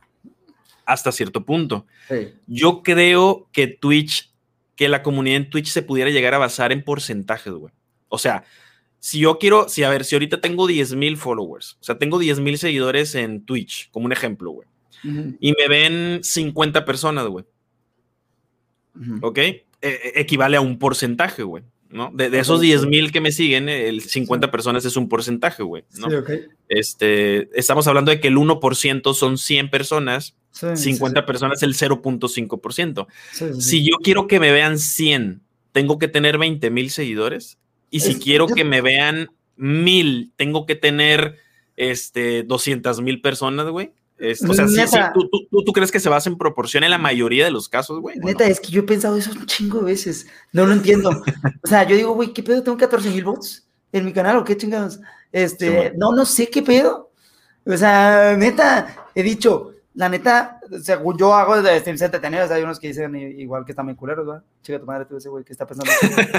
Hasta cierto punto. Sí. Yo creo que Twitch, que la comunidad en Twitch se pudiera llegar a basar en porcentajes, güey. O sea, si yo quiero, si a ver, si ahorita tengo diez mil followers, o sea, tengo diez mil seguidores en Twitch, como un ejemplo, güey, uh-huh. y me ven cincuenta personas, güey, uh-huh. ¿ok? Eh, equivale a un porcentaje, güey, ¿no? De, de esos diez mil que me siguen, el cincuenta sí. personas es un porcentaje, güey, ¿no? Sí, okay. Este, estamos hablando de que el uno por ciento son cien personas, sí, cincuenta sí, sí. personas el cero punto cinco por ciento. Sí, sí. Si yo quiero que me vean cien, tengo que tener veinte mil seguidores. Y si es, quiero yo... que me vean mil, tengo que tener este, doscientas mil personas, güey. Este, o sea, sí, sí, ¿tú, tú, ¿tú crees que se basa en proporción en la mayoría de los casos, güey? Neta, no? Es que yo he pensado eso un chingo de veces. No lo entiendo. O sea, yo digo, güey, ¿qué pedo? ¿Tengo catorce mil bots en mi canal o qué chingados? Este, sí, no, no sé qué pedo. O sea, neta, he dicho, la neta, según yo hago de streams entretenidos, hay unos que dicen igual que están muy culeros, ¿verdad? Chica, tu madre, tú ese güey que está pensando.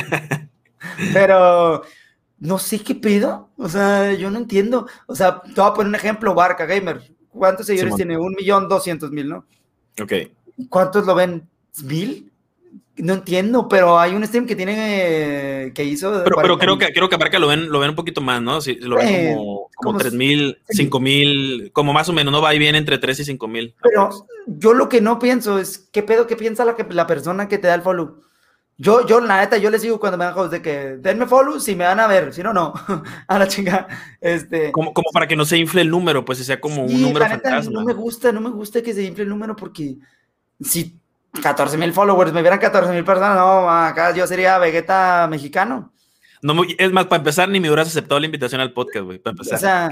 Pero no sé qué pedo, o sea, yo no entiendo. O sea, te voy a poner un ejemplo, Barca Gamer. ¿Cuántos seguidores sí, tiene? Un millón doscientos mil, ¿no? Ok. ¿Cuántos lo ven? ¿Mil? No entiendo, pero hay un stream que tiene, eh, que hizo... Pero, pero creo que creo que Barca lo ven, lo ven un poquito más, ¿no? Sí, lo ven eh, como, como tres mil, cinco mil, como más o menos, ¿no? Va y viene entre tres y cinco mil. Pero yo lo que no pienso es, ¿qué pedo? ¿Qué piensa la, la persona que te da el follow? Yo, yo, la neta, yo les digo cuando me dan host de que denme follow si me van a ver, si no, no, a la chingada. Este, como, como para que no se infle el número, pues, sea como sí, un número la neta, fantasma. No me gusta, no me gusta que se infle el número porque si catorce mil followers me vieran catorce mil personas, no, acá yo sería Vegeta mexicano. No, es más, para empezar, ni me hubieras aceptado la invitación al podcast, güey, para empezar. O sea,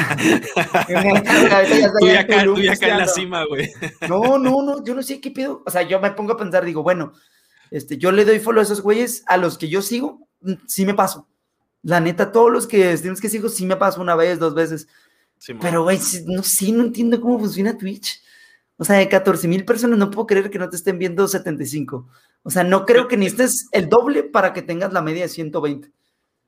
tú ya acá, tú ya acá en la cima, güey. No, no, no, yo no sé qué pedo. O sea, yo me pongo a pensar, digo, bueno, Este, yo le doy follow a esos güeyes, a los que yo sigo, sí me paso. La neta, todos los que streams que sigo, sí me paso una vez, dos veces. Sí, pero, güey, no sí, no entiendo cómo funciona Twitch. O sea, de catorce mil personas, no puedo creer que no te estén viendo setenta y cinco. O sea, no creo que necesites el doble para que tengas la media de ciento veinte.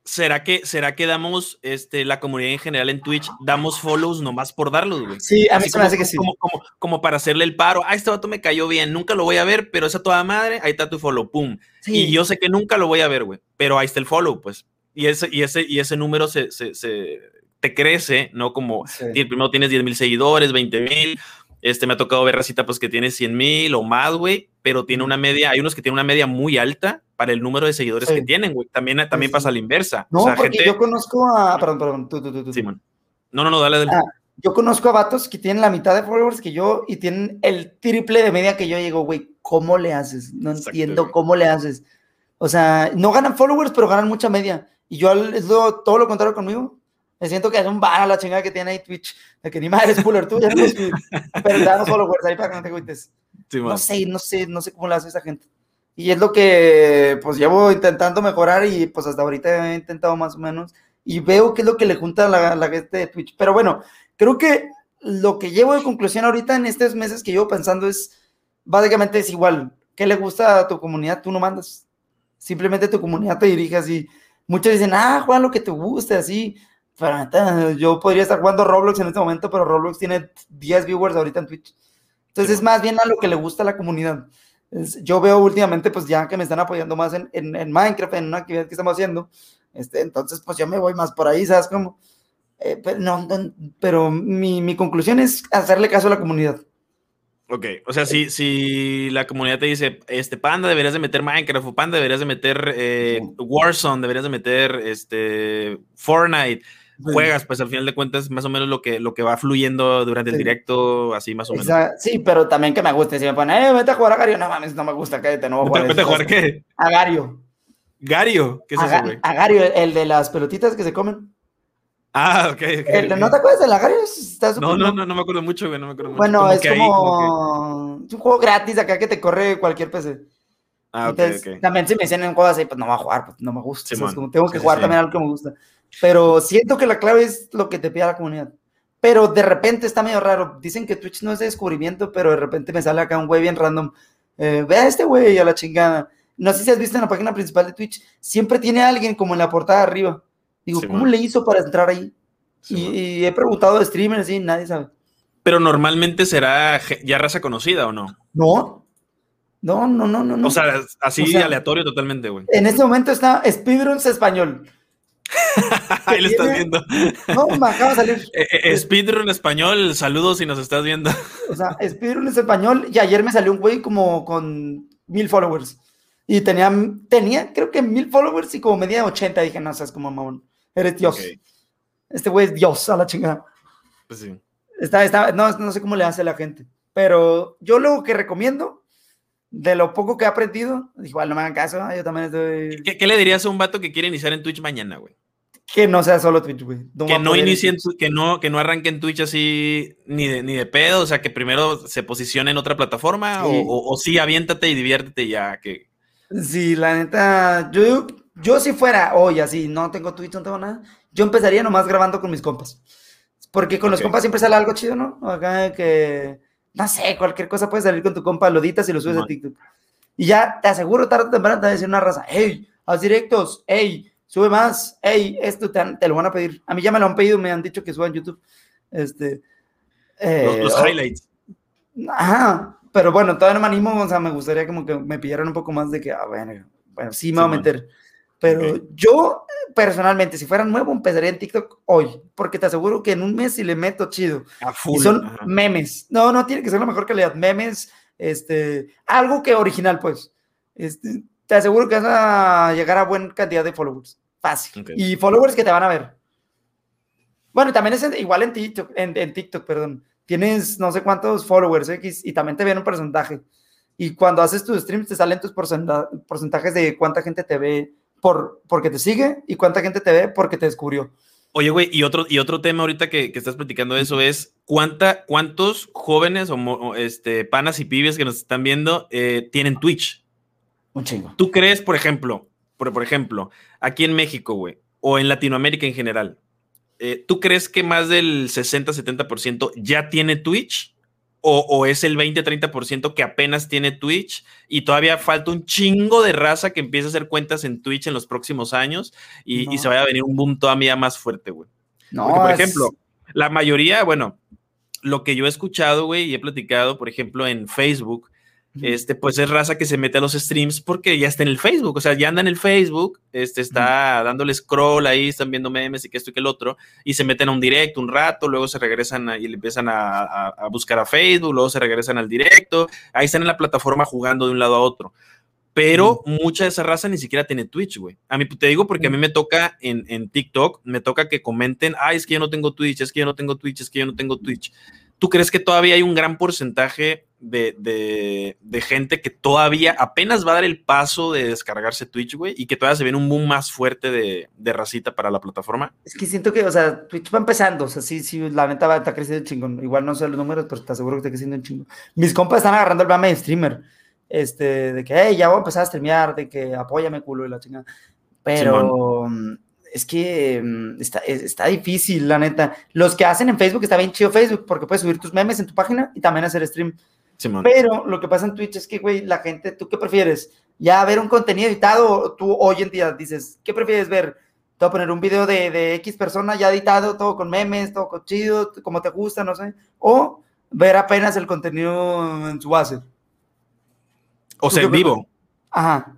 ¿Será que, será que damos este, la comunidad en general en Twitch, damos follows nomás por darlos, güey? Sí, a mí Así se como, me hace que sí. Como, como, como para hacerle el paro. Ah, este vato me cayó bien, nunca lo voy a ver, pero esa toda madre, ahí está tu follow, pum. Sí. Y yo sé que nunca lo voy a ver, güey, pero ahí está el follow, pues. Y ese, y ese, y ese número se, se, se te crece, ¿no? Como Sí. primero tienes diez mil seguidores, veinte mil. Este, me ha tocado ver racita pues que tiene cien mil o más, güey, pero tiene una media, hay unos que tienen una media muy alta para el número de seguidores sí. que tienen, güey. También, también sí, pasa sí. la inversa. No, o sea, porque gente... yo conozco a... Perdón, perdón, tú, tú, tú. tú. Sí, man. No, no, no, dale, dale. Ah, yo conozco a vatos que tienen la mitad de followers que yo y tienen el triple de media que yo. Llego, güey, ¿cómo le haces? No Exacto, entiendo güey. cómo le haces. O sea, no ganan followers, pero ganan mucha media. Y yo es lo, todo lo contrario conmigo. Me siento que es un bar a la chingada que tiene ahí Twitch. De que ni madre es cooler, tú ya no es pero te damos followers ahí para que no te agüites. Sí, no sé, no sé, no sé cómo le hace esa gente. Y es lo que pues llevo intentando mejorar y pues hasta ahorita he intentado más o menos. Y veo qué es lo que le junta a la, la gente de Twitch. Pero bueno, creo que lo que llevo de conclusión ahorita en estos meses que llevo pensando es, básicamente es igual. ¿Qué le gusta a tu comunidad? Tú no mandas. Simplemente tu comunidad te dirige así. Muchos dicen, ah, juega lo que te guste, así. Pero neta, yo podría estar jugando Roblox en este momento, pero Roblox tiene diez viewers ahorita en Twitch. Entonces sí, es más bien a lo que le gusta a la comunidad. Es, yo veo últimamente, pues ya que me están apoyando más en, en, en Minecraft, en una actividad que estamos haciendo, este, entonces pues yo me voy más por ahí, ¿sabes cómo? Eh, pero no, no, pero mi, mi conclusión es hacerle caso a la comunidad. Ok, o sea, si, si la comunidad te dice, este, Panda, deberías de meter Minecraft, o Panda, deberías de meter eh, sí. Warzone, deberías de meter este, Fortnite, sí. juegas, pues al final de cuentas, más o menos lo que, lo que va fluyendo durante sí. el directo, así más o menos. Exacto. Sí, pero también que me guste, si me ponen, eh, vete a jugar a Gario, no mames, no me gusta, cállate, no voy a jugar. ¿Vete a jugar qué? A Gario. ¿Gario? ¿Qué es a, eso, güey? A Gario, el de las pelotitas que se comen. Ah, ok, ok. El, okay. ¿No te acuerdas del Agario? Está no, no, no, no me acuerdo mucho, güey, no me acuerdo mucho. Bueno, como es que como... Ahí, como que... es un juego gratis acá que te corre cualquier P C. Ah, Entonces, okay, okay. también si me dicen un juego así, pues no voy a jugar, pues no me gusta. Sí, o sea, como tengo que sí, jugar sí, también sí. algo que me gusta. Pero siento que la clave es lo que te pide la comunidad. Pero de repente está medio raro. Dicen que Twitch no es de descubrimiento, pero de repente me sale acá un güey bien random. Eh, ve a este güey a la chingada. No sé si has visto en la página principal de Twitch, siempre tiene a alguien como en la portada de arriba. Digo, sí, ¿cómo man. le hizo para entrar ahí? Sí, y, y he preguntado de streamers y nadie sabe. Pero normalmente será ya raza conocida, ¿o no? No. No, no, no, no. no. O sea, así o sea, aleatorio totalmente, güey. En este momento está Speedruns Español. Ahí lo estás viendo. No, me acaba de salir. Eh, Speedrun Español, saludos si nos estás viendo. O sea, Speedruns Español, y ayer me salió un güey como con mil followers. Y tenía, tenía creo que mil followers y como medía ochenta. Dije, no, seas como mamón. Eres Dios. Okay. Este güey es Dios, a la chingada. Pues sí. Está, está, no, no sé cómo le hace a la gente. Pero yo lo que recomiendo, de lo poco que he aprendido, igual no me hagan caso, yo también estoy... ¿Qué, qué le dirías a un vato que quiere iniciar en Twitch mañana, güey? Que no sea solo Twitch, güey. No que no inicie, en que no, que no arranque en Twitch así ni de, ni de pedo, o sea, que primero se posicione en otra plataforma, sí. O, o, o sí, aviéntate y diviértete ya, que... Sí, la neta, yo, yo si fuera hoy así, no tengo Twitch, no tengo nada, yo empezaría nomás grabando con mis compas. Porque con okay. los compas siempre sale algo chido, ¿no? Acá que, no sé, cualquier cosa puede salir con tu compa, lo editas y lo subes no. a TikTok. Y ya te aseguro, tarde o temprano te va a decir una raza, hey, haz directos, hey, sube más, hey, esto te, te lo van a pedir. A mí ya me lo han pedido, me han dicho que suba en YouTube. Este, eh, los, los oh, highlights. Ajá, pero bueno, todavía no me animo, o sea, me gustaría como que me pillaran un poco más de que, ah, bueno, bueno sí me sí, voy a meter. Man. Pero okay. yo, personalmente, si fuera nuevo, empezaría en TikTok hoy, porque te aseguro que en un mes si le meto chido. A full, y son ajá. memes. No, no tiene que ser la mejor calidad. Memes, este, algo que original, pues. Este, te aseguro que vas a llegar a buena cantidad de followers. Fácil. Okay. Y followers que te van a ver. Bueno, también es igual en TikTok, en, en TikTok, perdón. Tienes no sé cuántos followers X y también te ven un porcentaje. Y cuando haces tus streams te salen tus porcenta- porcentajes de cuánta gente te ve por, porque te sigue y cuánta gente te ve porque te descubrió. Oye, güey, y otro, y otro tema ahorita que, que estás platicando de eso es ¿cuánta, cuántos jóvenes o, o este, panas y pibes que nos están viendo eh, tienen Twitch? Un chingo. ¿Tú crees, por ejemplo, por, por ejemplo, aquí en México, güey, o en Latinoamérica en general, eh, ¿tú crees que más del sesenta a setenta por ciento ya tiene Twitch? O, o es el veinte, treinta por ciento que apenas tiene Twitch y todavía falta un chingo de raza que empiece a hacer cuentas en Twitch en los próximos años y, No. y se vaya a venir un boom todavía más fuerte, güey. No, Porque, por es... ejemplo, la mayoría, bueno, lo que yo he escuchado, güey, y he platicado, por ejemplo, en Facebook, este, pues es raza que se mete a los streams porque ya está en el Facebook, o sea, ya anda en el Facebook, este, está uh-huh. dándole scroll ahí, están viendo memes y que esto y que el otro, y se meten a un directo un rato, luego se regresan a, y le empiezan a, a, a buscar a Facebook, luego se regresan al directo, ahí están en la plataforma jugando de un lado a otro. Pero uh-huh. mucha de esa raza ni siquiera tiene Twitch, güey. A mí te digo porque uh-huh. a mí me toca en, en TikTok, me toca que comenten, ay, es que yo no tengo Twitch, es que yo no tengo Twitch, es que yo no tengo Twitch. ¿Tú crees que todavía hay un gran porcentaje de, de, de gente que todavía apenas va a dar el paso de descargarse Twitch, güey? Y que todavía se viene un boom más fuerte de, de racita para la plataforma. Es que siento que, o sea, Twitch va empezando, o sea, sí, sí, la neta va, está creciendo un chingón. Igual no sé los números, pero te aseguro que está creciendo un chingo. Mis compas están agarrando el mame de streamer, este, de que, hey, ya voy a empezar a streamear, de que apóyame, culo, y la chingada. Pero... Simón. Es que está, está difícil, la neta. Los que hacen en Facebook, está bien chido Facebook, porque puedes subir tus memes en tu página y también hacer stream. Simón. Pero lo que pasa en Twitch es que, güey, la gente, ¿tú qué prefieres? ¿Ya ver un contenido editado? Tú hoy en día dices, ¿qué prefieres ver? Te voy a poner un video de, de X persona ya editado, todo con memes, todo con chido, como te gusta, no sé. O ver apenas el contenido en su base. O sea, en vivo. Ajá.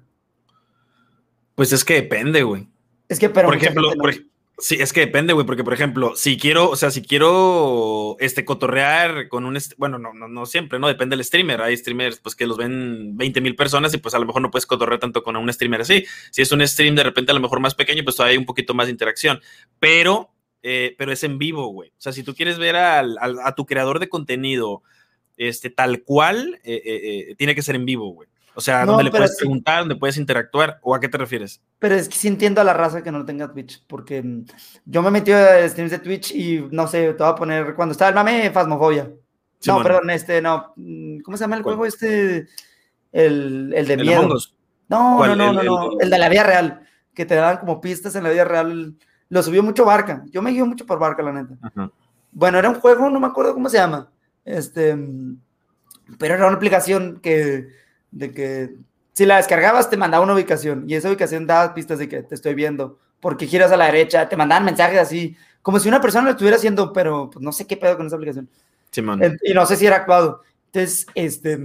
Pues es que depende, güey. Es que, pero por ejemplo, no. por, sí, es que depende, güey, porque por ejemplo, si quiero, o sea, si quiero este cotorrear con un, bueno, no, no, no siempre, ¿no? Depende del streamer. Hay streamers, pues, que los ven veinte mil personas y pues a lo mejor no puedes cotorrear tanto con un streamer así. Si es un stream de repente a lo mejor más pequeño, pues todavía hay un poquito más de interacción. Pero, eh, pero es en vivo, güey. O sea, si tú quieres ver al, al, a tu creador de contenido este, tal cual, eh, eh, eh, tiene que ser en vivo, güey. O sea, no, donde le puedes sí. preguntar, donde puedes interactuar, ¿o a qué te refieres? Pero es que sí entiendo a la raza que no tenga Twitch, porque yo me metí a streams de Twitch y, no sé, te voy a poner, cuando estaba el mame, Phasmophobia. Sí, no, bueno. perdón, este, no, ¿cómo se llama el ¿Cuál? juego este? El, el de ¿El miedo. Among Us? No, ¿Cuál? no, no, el, no, no, el, el... el de la vida real, que te daban como pistas en la vida real. Lo subió mucho Barca, yo me guío mucho por Barca, la neta. Ajá. Bueno, era un juego, no me acuerdo cómo se llama, este, pero era una aplicación que, de que si la descargabas, te mandaba una ubicación y esa ubicación daba pistas de que te estoy viendo, porque giras a la derecha, te mandaban mensajes así, como si una persona lo estuviera haciendo, pero pues, no sé qué pedo con esa aplicación. Sí, man. Y no sé si era actuado. Entonces, este,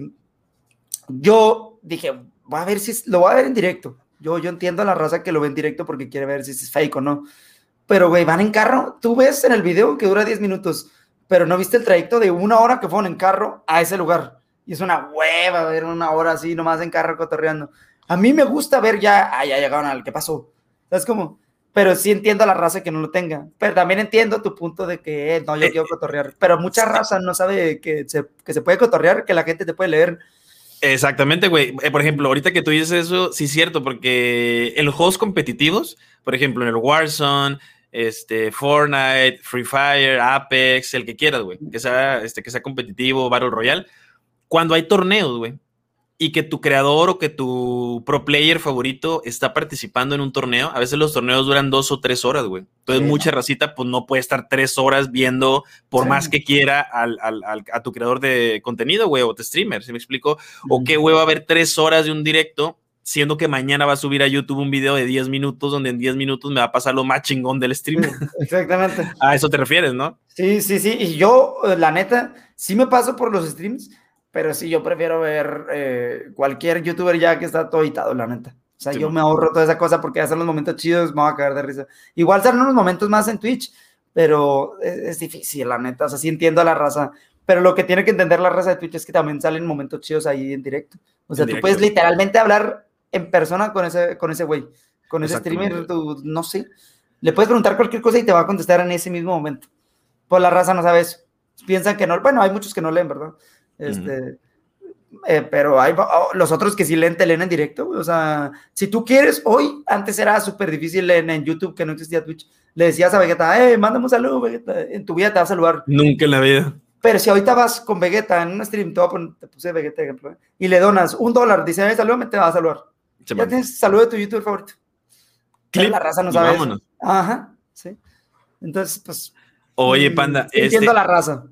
yo dije, voy a ver si lo voy a ver en directo. Yo, yo entiendo a la raza que lo ve en directo porque quiere ver si es fake o no. Pero, güey, van en carro. Tú ves en el video que dura diez minutos, pero no viste el trayecto de una hora que fueron en carro a ese lugar. Y es una hueva ver una hora así, nomás en carro cotorreando. A mí me gusta ver ya, ah, ya llegaron al ¿qué pasó? ¿Sabes cómo? Pero sí entiendo a la raza que no lo tenga. Pero también entiendo tu punto de que, eh, no, yo quiero cotorrear. Pero mucha raza no sabe que se, que se puede cotorrear, que la gente te puede leer. Exactamente, güey. Eh, por ejemplo, ahorita que tú dices eso, sí es cierto, porque en los juegos competitivos, por ejemplo, en el Warzone, este, Fortnite, Free Fire, Apex, el que quieras, güey, que sea, este, que sea competitivo, Battle Royale, cuando hay torneos, güey, y que tu creador o que tu pro player favorito está participando en un torneo, a veces los torneos duran dos o tres horas, güey. Entonces, sí, mucha racita, pues no puede estar tres horas viendo, por sí. más que quiera, al, al, al, a tu creador de contenido, güey, o de streamer, ¿sí me explico? Mm. O qué, güey, va a haber tres horas de un directo, siendo que mañana va a subir a YouTube un video de diez minutos, donde en diez minutos me va a pasar lo más chingón del stream. Sí, exactamente. A eso te refieres, ¿no? Sí, sí, sí. Y yo, la neta, sí me paso por los streams, pero sí, yo prefiero ver eh, cualquier youtuber ya que está todo editado, la neta. O sea, sí, yo man. me ahorro toda esa cosa porque hacen los momentos chidos, me voy a caer de risa. Igual salen unos momentos más en Twitch, pero es, es difícil, la neta. O sea, sí entiendo a la raza. Pero lo que tiene que entender la raza de Twitch es que también salen momentos chidos ahí en directo. O sea, en tú directo. Puedes literalmente hablar en persona con ese con ese güey, con ese streamer, tú, no sé. Le puedes preguntar cualquier cosa y te va a contestar en ese mismo momento. Pues la raza no sabe eso. Piensan que no. Bueno, hay muchos que no leen, ¿verdad? Este, uh-huh. eh, pero hay oh, los otros que sí leen, te leen en directo, o sea, si tú quieres, hoy, antes era súper difícil en, en YouTube, que no existía Twitch, le decías a Vegeta, eh, mándame un saludo, Vegeta, en tu vida te va a saludar. Nunca en la vida. Pero si ahorita vas con Vegeta en un stream, te, voy a poner, te puse Vegeta, ejemplo, ¿eh? Y le donas un dólar, dice, eh, salúdame, te va a saludar. Se ya tienes saludo de tu YouTuber favorito. Clip, la raza no sabe eso. Ajá, sí. Entonces, pues. Oye, Panda, entiendo este... la raza.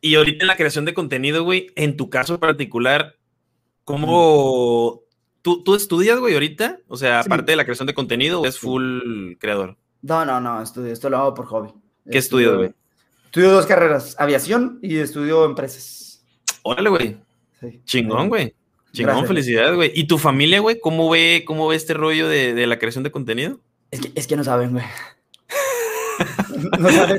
y ahorita en la creación de contenido, güey, en tu caso particular, ¿cómo tú, tú estudias, güey, ahorita? O sea, Sí. aparte de la creación de contenido, ¿o es full creador? No, no, no, estudio, esto lo hago por hobby. ¿Qué estudias, güey? Estudio dos carreras, aviación y estudio empresas. Órale, güey. Sí. Chingón, güey. Chingón, Gracias. felicidades, güey. ¿Y tu familia, güey? ¿Cómo ve, cómo ve este rollo de, de la creación de contenido? Es que, es que no saben, güey. No saben.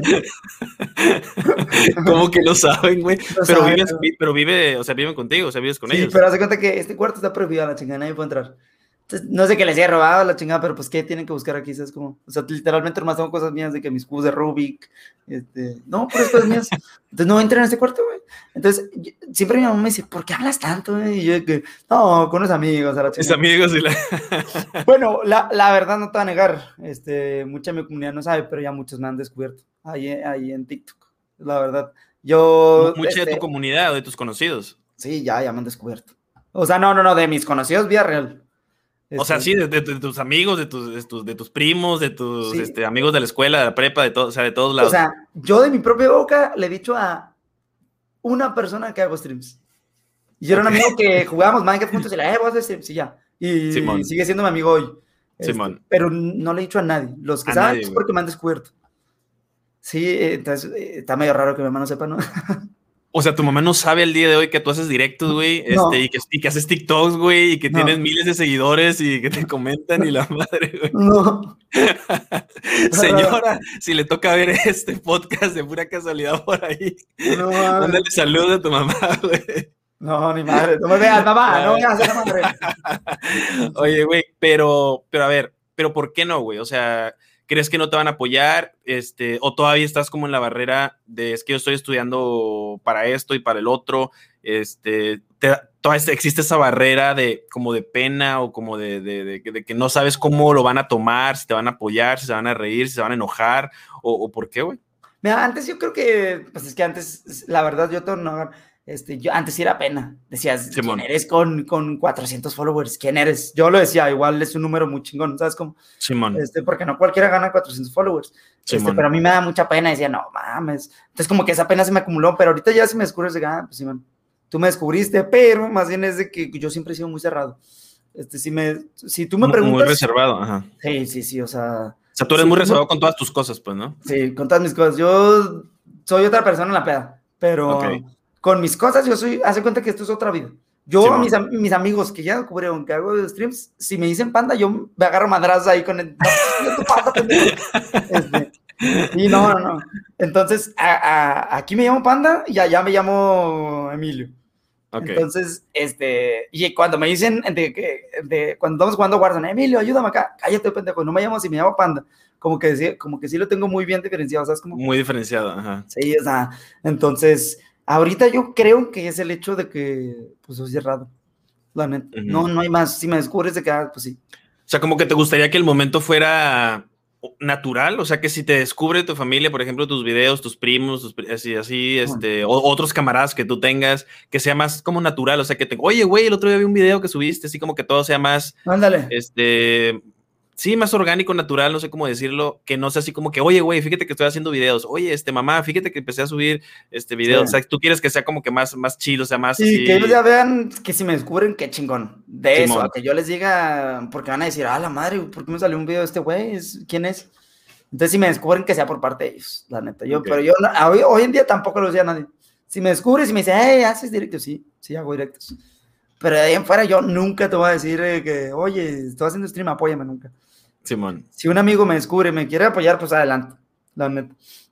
¿Cómo que no saben, güey? No pero, saben, vives, güey. pero vive, o sea, viven contigo, o sea, vives con Sí, ellos. pero haz de cuenta que este cuarto está prohibido a la chingada, nadie puede entrar. Entonces, no sé qué les haya robado a la chingada, pero pues, ¿qué tienen que buscar aquí? ¿Sabes cómo? O sea, literalmente nomás tengo cosas mías de que mis cubos de Rubik, este, no, puras cosas mías. Entonces, no entran a este cuarto, güey. Entonces, yo- siempre mi mamá me dice, ¿por qué hablas tanto, güey? Y yo, que, no, con los amigos, a la Mis chingada. amigos y la... Bueno, la, la verdad no te voy a negar, este, mucha de mi comunidad no sabe, pero ya muchos me han descubierto ahí, ahí en TikTok, la verdad. Yo, Mucha este, de tu comunidad o de tus conocidos. sí, ya, ya me han descubierto. O sea, no, no, no, de mis conocidos vía real. O sea, Este, sí, de, de- de tus amigos, de tus, de tus, de tus primos, de tus Sí. este, amigos de la escuela, de la prepa, de todo, o sea, de todos O lados. sea, yo de mi propia boca le he dicho a una persona que hago streams. Y yo era un Ok. amigo que jugábamos Minecraft juntos y le, eh, vos haces streams y ya. Y Simón. sigue siendo mi amigo hoy. Este, Simón. pero no le he dicho a nadie. Los que A saben nadie, es güey. porque me han descubierto. Sí, eh, entonces eh, está medio raro que mi mamá no sepa, ¿no? O sea, tu mamá no sabe el día de hoy que tú haces directos, güey, No. este, y, que, y que haces TikToks, güey, y que No. tienes miles de seguidores y que te comentan y la madre, güey. No. Señora, si le toca ver este podcast de pura casualidad por ahí, No, mames. mándale saludos a tu mamá, güey. No, ni madre. No me veas, mamá. No me veas a la madre. Oye, güey, pero, pero a ver, pero ¿por qué no, güey? O sea, ¿crees que no te van a apoyar? Este, o todavía estás como en la barrera de es que yo estoy estudiando para esto y para el otro. Este, te, todavía existe esa barrera de como de pena o como de, de, de, de que no sabes cómo lo van a tomar, si te van a apoyar, si se van a reír, si se van a enojar, o, o por qué, güey. Mira, antes yo creo que, pues es que antes, la verdad, yo todo no, este, yo antes sí era pena. Decías, Simón. ¿quién eres con, con cuatrocientos followers? ¿Quién eres? Yo lo decía, igual es un número muy chingón, ¿sabes cómo? Simón. Este, porque no cualquiera gana cuatrocientos followers. Este, Simón. pero a mí me da mucha pena, decía, no mames. Entonces como que esa pena se me acumuló, pero ahorita ya se me descubre, de, ah, pues Simón, tú me descubriste, pero más bien es de que yo siempre he sido muy cerrado. Este, si, me, si tú me Muy, preguntas... muy reservado, ajá. Sí, sí, sí, o sea... O sea, tú eres sí, muy tú- reservado con todas tus cosas, pues, ¿no? Sí, con todas mis cosas. Yo soy otra persona en la peda, pero Ok. con mis cosas yo soy, hace cuenta que esto es otra vida. Yo, Simón. mis, am- mis amigos que ya descubrieron que hago streams, si me dicen panda, yo me agarro madrazos ahí con el... No, pues, tu panda, pendejo. Este, y no, no, no. Entonces, a- a- aquí me llamo panda y allá me llamo Emilio. Ok. Entonces, este, y cuando me dicen, de, que- de, cuando estamos jugando Warzone, Emilio, ayúdame acá, cállate, pendejo, no me llamo así, me llamo Panda. Como que, sí- como que sí lo tengo muy bien diferenciado, ¿sabes? Como, Muy diferenciado, ajá. sí, o sea, entonces, ahorita yo creo que es el hecho de que, pues, soy cerrado, la neta. Ujú. No, no hay más, si me descubres de que, ah, pues sí. O sea, como que te gustaría que el momento fuera natural, o sea, que si te descubre tu familia, por ejemplo, tus videos, tus primos, tus pri- así, así, este, o otros camaradas que tú tengas, que sea más como natural, o sea, que te, oye, güey, el otro día vi un video que subiste, así como que todo sea más, Ándale. este, sí, más orgánico, natural, no sé cómo decirlo, que no sea así como que, oye, güey, fíjate que estoy haciendo videos, oye, este, mamá, fíjate que empecé a subir, este, videos, Sí. o sea, tú quieres que sea como que más, más chido, o sea, más Sí, así. que ellos ya vean que si me descubren, qué chingón. De eso, Simón. a que yo les diga, porque van a decir, ah, la madre, ¿por qué me salió un video de este güey? ¿Es- ¿Quién es? Entonces, si me descubren, que sea por parte de ellos, la neta. Yo, Ok. Pero yo no- hoy, hoy en día tampoco lo decía a nadie. Si me descubres y me dice, hey, ¿haces directos? Sí, sí, hago directos. Pero de ahí en fuera, yo nunca te voy a decir eh, que, oye, estoy haciendo stream, apóyame nunca. Simón. Si un amigo me descubre y me quiere apoyar, pues adelante, la neta.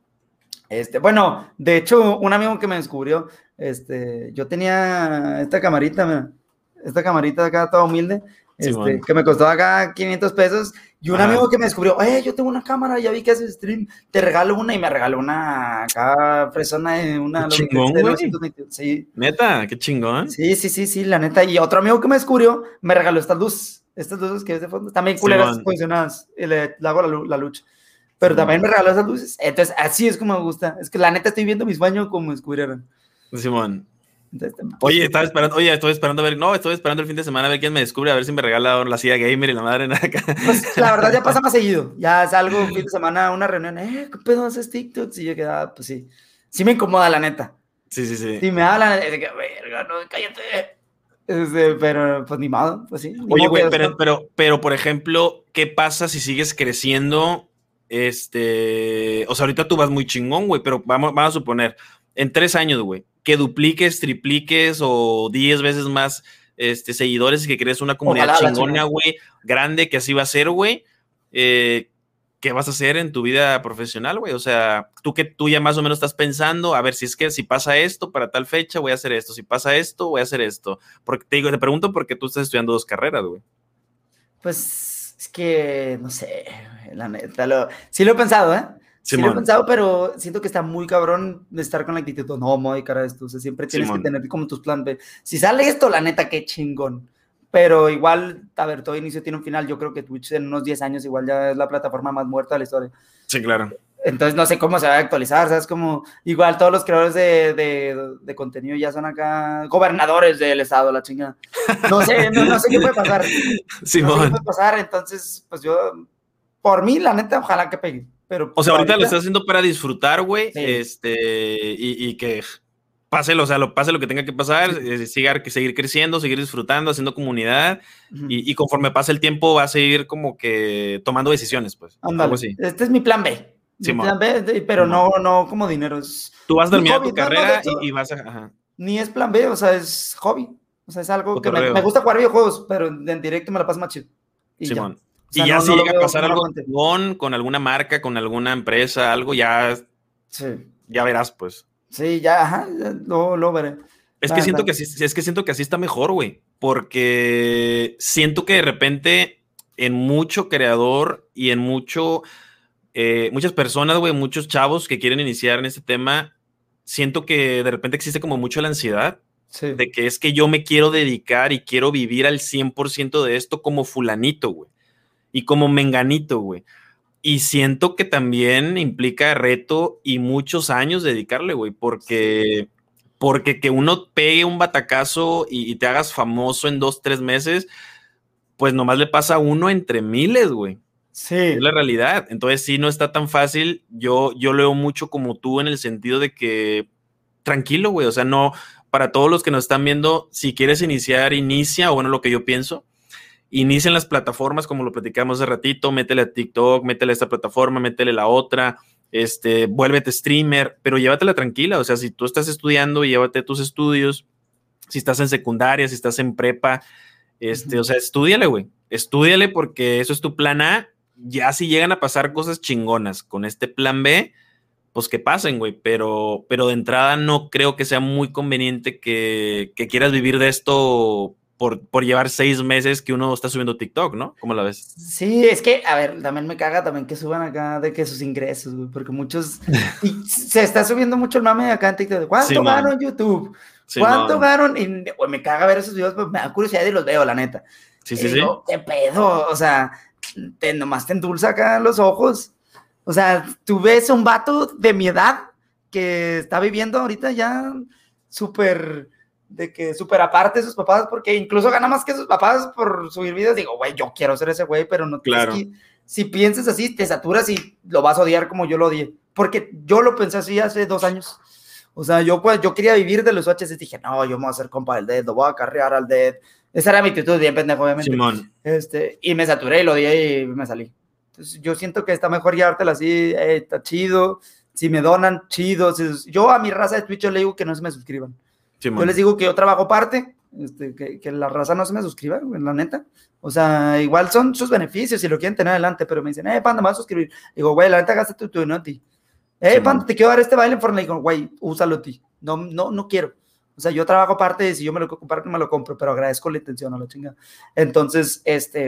Este, bueno, de hecho, un amigo que me descubrió, este, yo tenía esta camarita, mira, esta camarita acá toda humilde, este, Simón. que me costó acá quinientos pesos, y un Ajá. amigo que me descubrió, oye, yo tengo una cámara, ya vi que haces stream, te regalo una, y me regaló una acá fresona de una... Qué chingón, güey. novecientos veinte, sí, Neta, qué chingón. sí, sí, sí, sí, la neta, y otro amigo que me descubrió, me regaló estas luces, estas luces que ves de fondo, también culeras Simón. posicionadas, y le, le hago la, lu- la lucha. Pero Simón. también me regaló esas luces. Entonces, así es como me gusta. Es que la neta estoy viendo mi sueño como descubrieron. Simón. Entonces, Oye, estaba esperando, oye, estoy esperando a ver, no, estoy esperando el fin de semana a ver quién me descubre, a ver si me regala la silla gamer y la madre acá. pues la verdad ya pasa más seguido. Ya salgo un fin de semana a una reunión. Eh, ¿qué pedo haces TikToks? Y yo quedaba, pues sí. Sí me incomoda, la neta. Sí, sí, sí. Si me hablan, es de que, verga, no, cállate. Este, pero, pues, ni modo, pues sí. Ni Oye, modo güey, que pero, después- pero, pero, por ejemplo, ¿qué pasa si sigues creciendo? Este, o sea, ahorita tú vas muy chingón, güey, pero vamos, vamos a suponer, en tres años, güey, que dupliques, tripliques o diez veces más este, seguidores y que crees una comunidad Ojalá la chingona, chingada. güey, grande, que así va a ser, güey. Eh, ¿Qué vas a hacer en tu vida profesional, güey? O sea, tú que tú ya más o menos estás pensando, a ver, si es que si pasa esto para tal fecha, voy a hacer esto, si pasa esto, voy a hacer esto. Porque te digo, te pregunto porque tú estás estudiando dos carreras, güey. Pues es que, no sé, la neta, lo, sí lo he pensado, ¿eh? Sí lo he Simón, pensado, pero siento que está muy cabrón de estar con la actitud, no, me voy a dedicar a esto, o sea, siempre tienes que Simón. tener como tus plan B. Si sale esto, la neta, qué chingón. Pero igual, a ver, todo inicio tiene un final, yo creo que Twitch en unos diez años igual ya es la plataforma más muerta de la historia. Sí, claro. Entonces no sé cómo se va a actualizar, ¿sabes? Como igual todos los creadores de, de, de contenido ya son acá gobernadores del estado, la chingada. No sé, no, no sé qué puede pasar. No sé qué Simón. puede pasar, entonces, pues yo, por mí, la neta, ojalá que pegue. Pero O sea, por ahorita lo ahorita, estás haciendo para disfrutar, güey, sí, este, y, y que pase, o sea, lo pase lo que tenga que pasar, sí. eh, siga, que seguir creciendo, seguir disfrutando, haciendo comunidad, Uh-huh. y, y conforme pase el tiempo va a seguir como que tomando decisiones, pues, algo Ándale, así. este es mi plan B. Mi plan Simón, B, de- pero Simón. no, no como dinero, es Tú vas a mi terminar hobby. tu No, no, de carrera hecho, y, y vas a, ajá, ni es plan B, o sea, es hobby. O sea, es algo que me, me cotorreo, gusta jugar videojuegos, pero en directo me la paso más chido. Y ya. Simón. O Y sea, ya no, si no lo llega a veo pasar como una algo fuente. con, con alguna marca, con alguna empresa, algo, ya, Sí, ya verás, pues. sí, ya, ajá, ya lo, lo veré. Es La que neta. siento que así, es que siento que así está mejor, güey. Porque siento que de repente en mucho creador y en mucho, eh, muchas personas, güey, muchos chavos que quieren iniciar en este tema, siento que de repente existe como mucho la ansiedad Sí, de que es que yo me quiero dedicar y quiero vivir al cien por ciento de esto como fulanito, güey. Y como menganito, güey. Y siento que también implica reto y muchos años dedicarle, güey, sí. porque, porque que uno pegue un batacazo y, y te hagas famoso en dos, tres meses, pues nomás le pasa a uno entre miles, güey. Es la Sí, realidad. Entonces sí, no está tan fácil. Yo, yo leo mucho como tú en el sentido de que tranquilo, güey. O sea, no, para todos los que nos están viendo, si quieres iniciar, inicia, o bueno, lo que yo pienso inicia en las plataformas, como lo platicamos hace ratito, métele a TikTok, métele a esta plataforma, métele a la otra, este, vuélvete streamer, pero llévatela tranquila, o sea, si tú estás estudiando, llévate tus estudios, si estás en secundaria, si estás en prepa, este, uh-huh. o sea, estúdiale, güey, estúdiale porque eso es tu plan A, ya si llegan a pasar cosas chingonas con este plan B, pues que pasen, güey, pero, pero de entrada no creo que sea muy conveniente que, que quieras vivir de esto por, por llevar seis meses que uno está subiendo TikTok, ¿no? ¿Cómo la ves? Sí, es que, a ver, también me caga también que suban acá de que sus ingresos, güey, porque muchos, y se está subiendo mucho el mame acá en TikTok, de ¿cuánto gano Simón, en YouTube? ¿Cuánto Simón, gano? Y güey, me caga ver esos videos, pues me da curiosidad y los veo, la neta. sí, Y sí, sí, digo, ¿qué pedo? O sea, te, nomás te endulza acá los ojos. O sea, tú ves a un vato de mi edad que está viviendo ahorita ya súper, de que súper aparte de sus papás, porque incluso gana más que sus papás por subir videos. Digo, güey, yo quiero ser ese güey, pero no, es claro, que si piensas así, te saturas y lo vas a odiar como yo lo odié. Porque yo lo pensé así hace dos años. O sea, yo, pues, yo quería vivir de los H S, dije, no, yo me voy a hacer compa del Dead, lo voy a carrear al Dead. Esa era mi actitud, bien pendejo, obviamente. Simón, Este, y me saturé y lo odié y me salí. Entonces, yo siento que está mejor llevártela así, eh, está chido. Si me donan, chido. Si, yo a mi raza de Twitch yo le digo que no se me suscriban. Yo les Simón, digo que yo trabajo parte, este, que, que la raza no se me suscriba, la neta. O sea, igual son sus beneficios si lo quieren tener adelante, pero me dicen, eh, panda, me vas a suscribir. Digo, güey, la neta, gasta tu dinero a ti. Eh, Simón, panda, te quiero dar este baile en Fortnite. Digo, güey, úsalo a ti. No, no, no quiero. O sea, yo trabajo aparte, si yo me lo quiero comprar, me lo compro, pero agradezco la intención a la chingada. Entonces, este,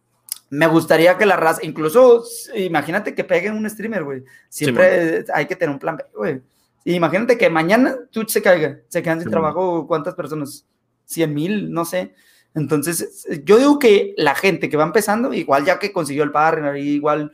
me gustaría que la raza, incluso, imagínate que peguen un streamer, güey. Siempre Simón. Hay que tener un plan B, güey. Imagínate que mañana Twitch se caiga, se quedan sin Simón. trabajo, ¿cuántas personas? cien mil, no sé. Entonces, yo digo que la gente que va empezando, igual ya que consiguió el partner, igual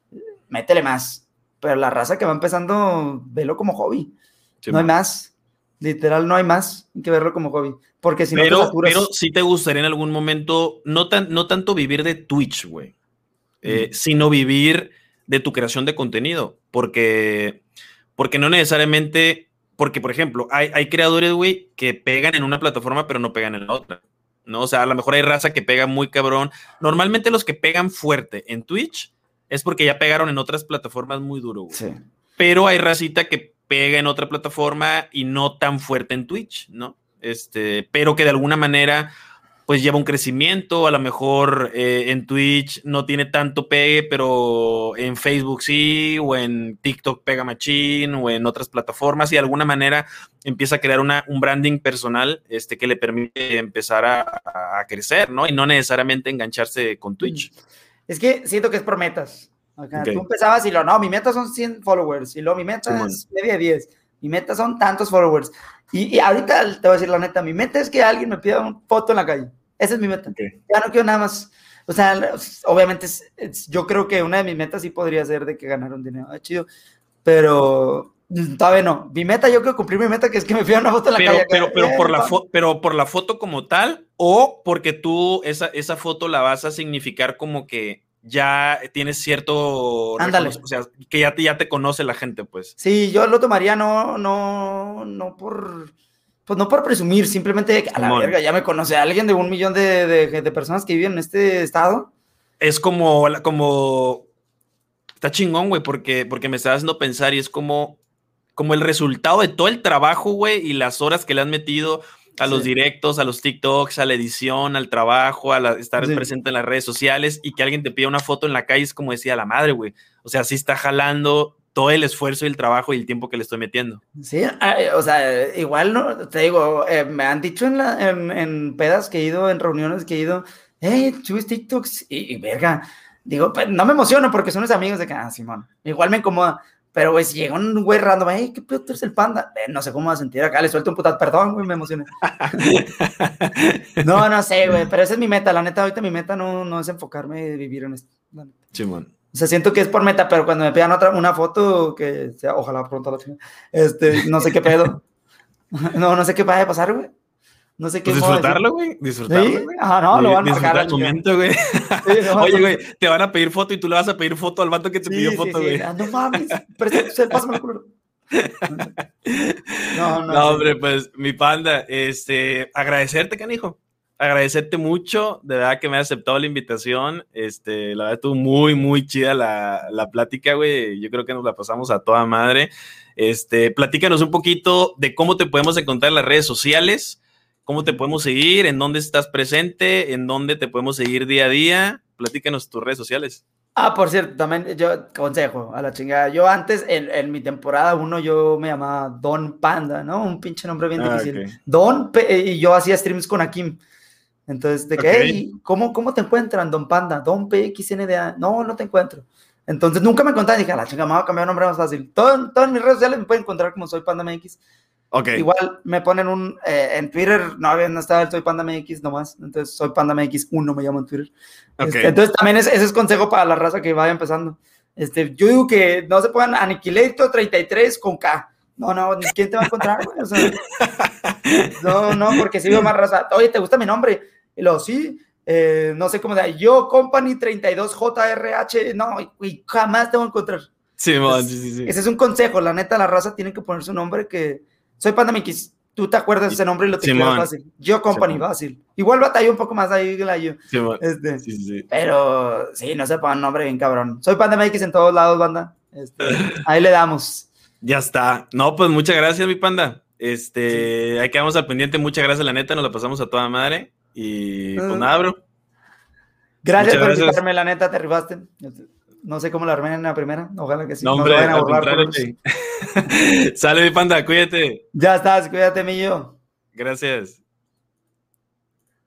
métele más. Pero la raza que va empezando, velo como hobby. Simón. No hay más. Literal, no hay más que verlo como hobby. Porque si pero, no te saturas. Pero sí te gustaría en algún momento, no, tan, no tanto vivir de Twitch, güey, eh, mm. sino vivir de tu creación de contenido. Porque, porque no necesariamente, porque, por ejemplo, hay, hay creadores, güey, que pegan en una plataforma, pero no pegan en la otra, ¿no? O sea, a lo mejor hay raza que pega muy cabrón. Normalmente los que pegan fuerte en Twitch es porque ya pegaron en otras plataformas muy duro, güey. Sí. Pero hay racita que pega en otra plataforma y no tan fuerte en Twitch, ¿no? Este, pero que de alguna manera pues lleva un crecimiento, a lo mejor eh, en Twitch no tiene tanto pegue, pero en Facebook sí, o en TikTok pega machín, o en otras plataformas, y de alguna manera empieza a crear una, un branding personal este, que le permite empezar a, a crecer, ¿no? Y no necesariamente engancharse con Twitch. Es que siento que es por metas. Acá, okay. Tú empezabas y lo, no, mi meta son cien followers, y luego mi meta sí, es media de diez, mi meta son tantos followers, y, y ahorita te voy a decir la neta, mi meta es que alguien me pida una foto en la calle. Esa es mi meta. Okay. Ya no quiero nada más. O sea, obviamente, es, es, yo creo que una de mis metas sí podría ser de que ganara un dinero. Ah, chido. Pero todavía no. Mi meta, yo quiero cumplir mi meta, que es que me pidan una foto en la pero, calle. Pero, pero, eh, por la fo- pero por la foto como tal, o porque tú esa, esa foto la vas a significar como que ya tienes cierto... Ándale. O sea, que ya te, ya te conoce la gente, pues. Sí, yo lo tomaría no, no, no por... Pues no por presumir, simplemente a la Simón. Verga, ya me conoce alguien de un millón de, de, de personas que viven en este estado. Es como, como, está chingón, güey, porque, porque me está haciendo pensar y es como, como el resultado de todo el trabajo, güey, y las horas que le han metido a los sí. directos, a los TikToks, a la edición, al trabajo, a la, estar sí. presente en las redes sociales, y que alguien te pida una foto en la calle es como decía la madre, güey. O sea, sí está jalando todo el esfuerzo y el trabajo y el tiempo que le estoy metiendo. Sí, o sea, igual, no te digo, eh, me han dicho en, la, en, en pedas que he ido, en reuniones que he ido, hey, subes TikToks, y, y verga, digo, no me emociono porque son los amigos de que, ah, Simón, igual me incomoda, pero güey, si llega un güey random, hey, ¿qué pedo tú eres el panda? Eh, no sé cómo va a sentir acá, le suelto un putazo, perdón, güey, me emocioné. no, no sé, güey, pero esa es mi meta, la neta, ahorita mi meta no, no es enfocarme y vivir en esto. Simón. O sea, siento que es por meta, pero cuando me pidan otra, una foto, que sea, ojalá pronto la tenga, este, no sé qué pedo. No, no sé qué vaya a pasar, güey. No sé qué. Pues disfrutarlo, güey. Disfrutarlo, ¿Sí? güey. Ajá, no, lo van a marcar. Disfrutar el momento, güey. Sí, no, Oye, güey, te van a pedir foto y tú le vas a pedir foto al vato que te sí, pidió foto, güey. Sí, sí. No mames, pásame el culo. No, no. No, hombre, pues, mi panda, este, agradecerte, canijo. Agradecerte mucho, de verdad que me has aceptado la invitación, este, la verdad estuvo muy, muy chida la, la plática, güey, yo creo que nos la pasamos a toda madre, este, platícanos un poquito de cómo te podemos encontrar en las redes sociales, cómo te podemos seguir, en dónde estás presente, en dónde te podemos seguir día a día, platícanos tus redes sociales. Ah, por cierto, también yo, consejo, a la chingada, yo antes, en, en mi temporada uno, yo me llamaba Don Panda, ¿no? Un pinche nombre bien ah, difícil, okay. Don, y yo hacía streams con Akim. Entonces, de que, okay. hey, ¿cómo, ¿cómo te encuentran, Don Panda? Don P X N D A. No, no te encuentro. Entonces, nunca me encontraban. Dije, a la chica, me voy a cambiar un nombre más fácil. Todo, todas mis redes sociales me pueden encontrar como Soy Panda M X. Okay. Igual me ponen un, eh, en Twitter, no, no estaba el Soy Panda M X nomás. Entonces, Soy Panda M X uno me llamo en Twitter. Okay. Este, entonces, también es, ese es consejo para la raza que vaya empezando. Este, yo digo que no se pongan Aniquilator treinta y tres con K. No, no, ¿quién te va a encontrar? O sea, no, no, porque si veo más raza. Oye, ¿te gusta mi nombre? Y luego, sí, eh, no sé cómo sea, yo Company treinta y dos J R H, no, y jamás te voy a encontrar. Sí, man, sí, sí, sí. Ese es un consejo, la neta, la raza tiene que poner su nombre, que Soy Panda Mix, tú te acuerdas de ese nombre y lo te sí, queda fácil. Yo Company, sí, fácil. Igual batallé un poco más ahí que la yo. Sí, este, sí, sí. Pero sí, no se pongan nombre bien cabrón. Soy Panda Mix en todos lados, banda. Este, ahí le damos. Ya está. No, pues muchas gracias, mi panda. Este, sí. Ahí quedamos al pendiente, muchas gracias, la neta, nos la pasamos a toda madre. Y pues nada, bro. Gracias Muchas por gracias. invitarme, la neta, te rifaste. No sé cómo la armé en la primera. Ojalá que sí. No, hombre, no vayan a borrar. Sale, mi panda, cuídate. Ya estás, cuídate, millo. Gracias.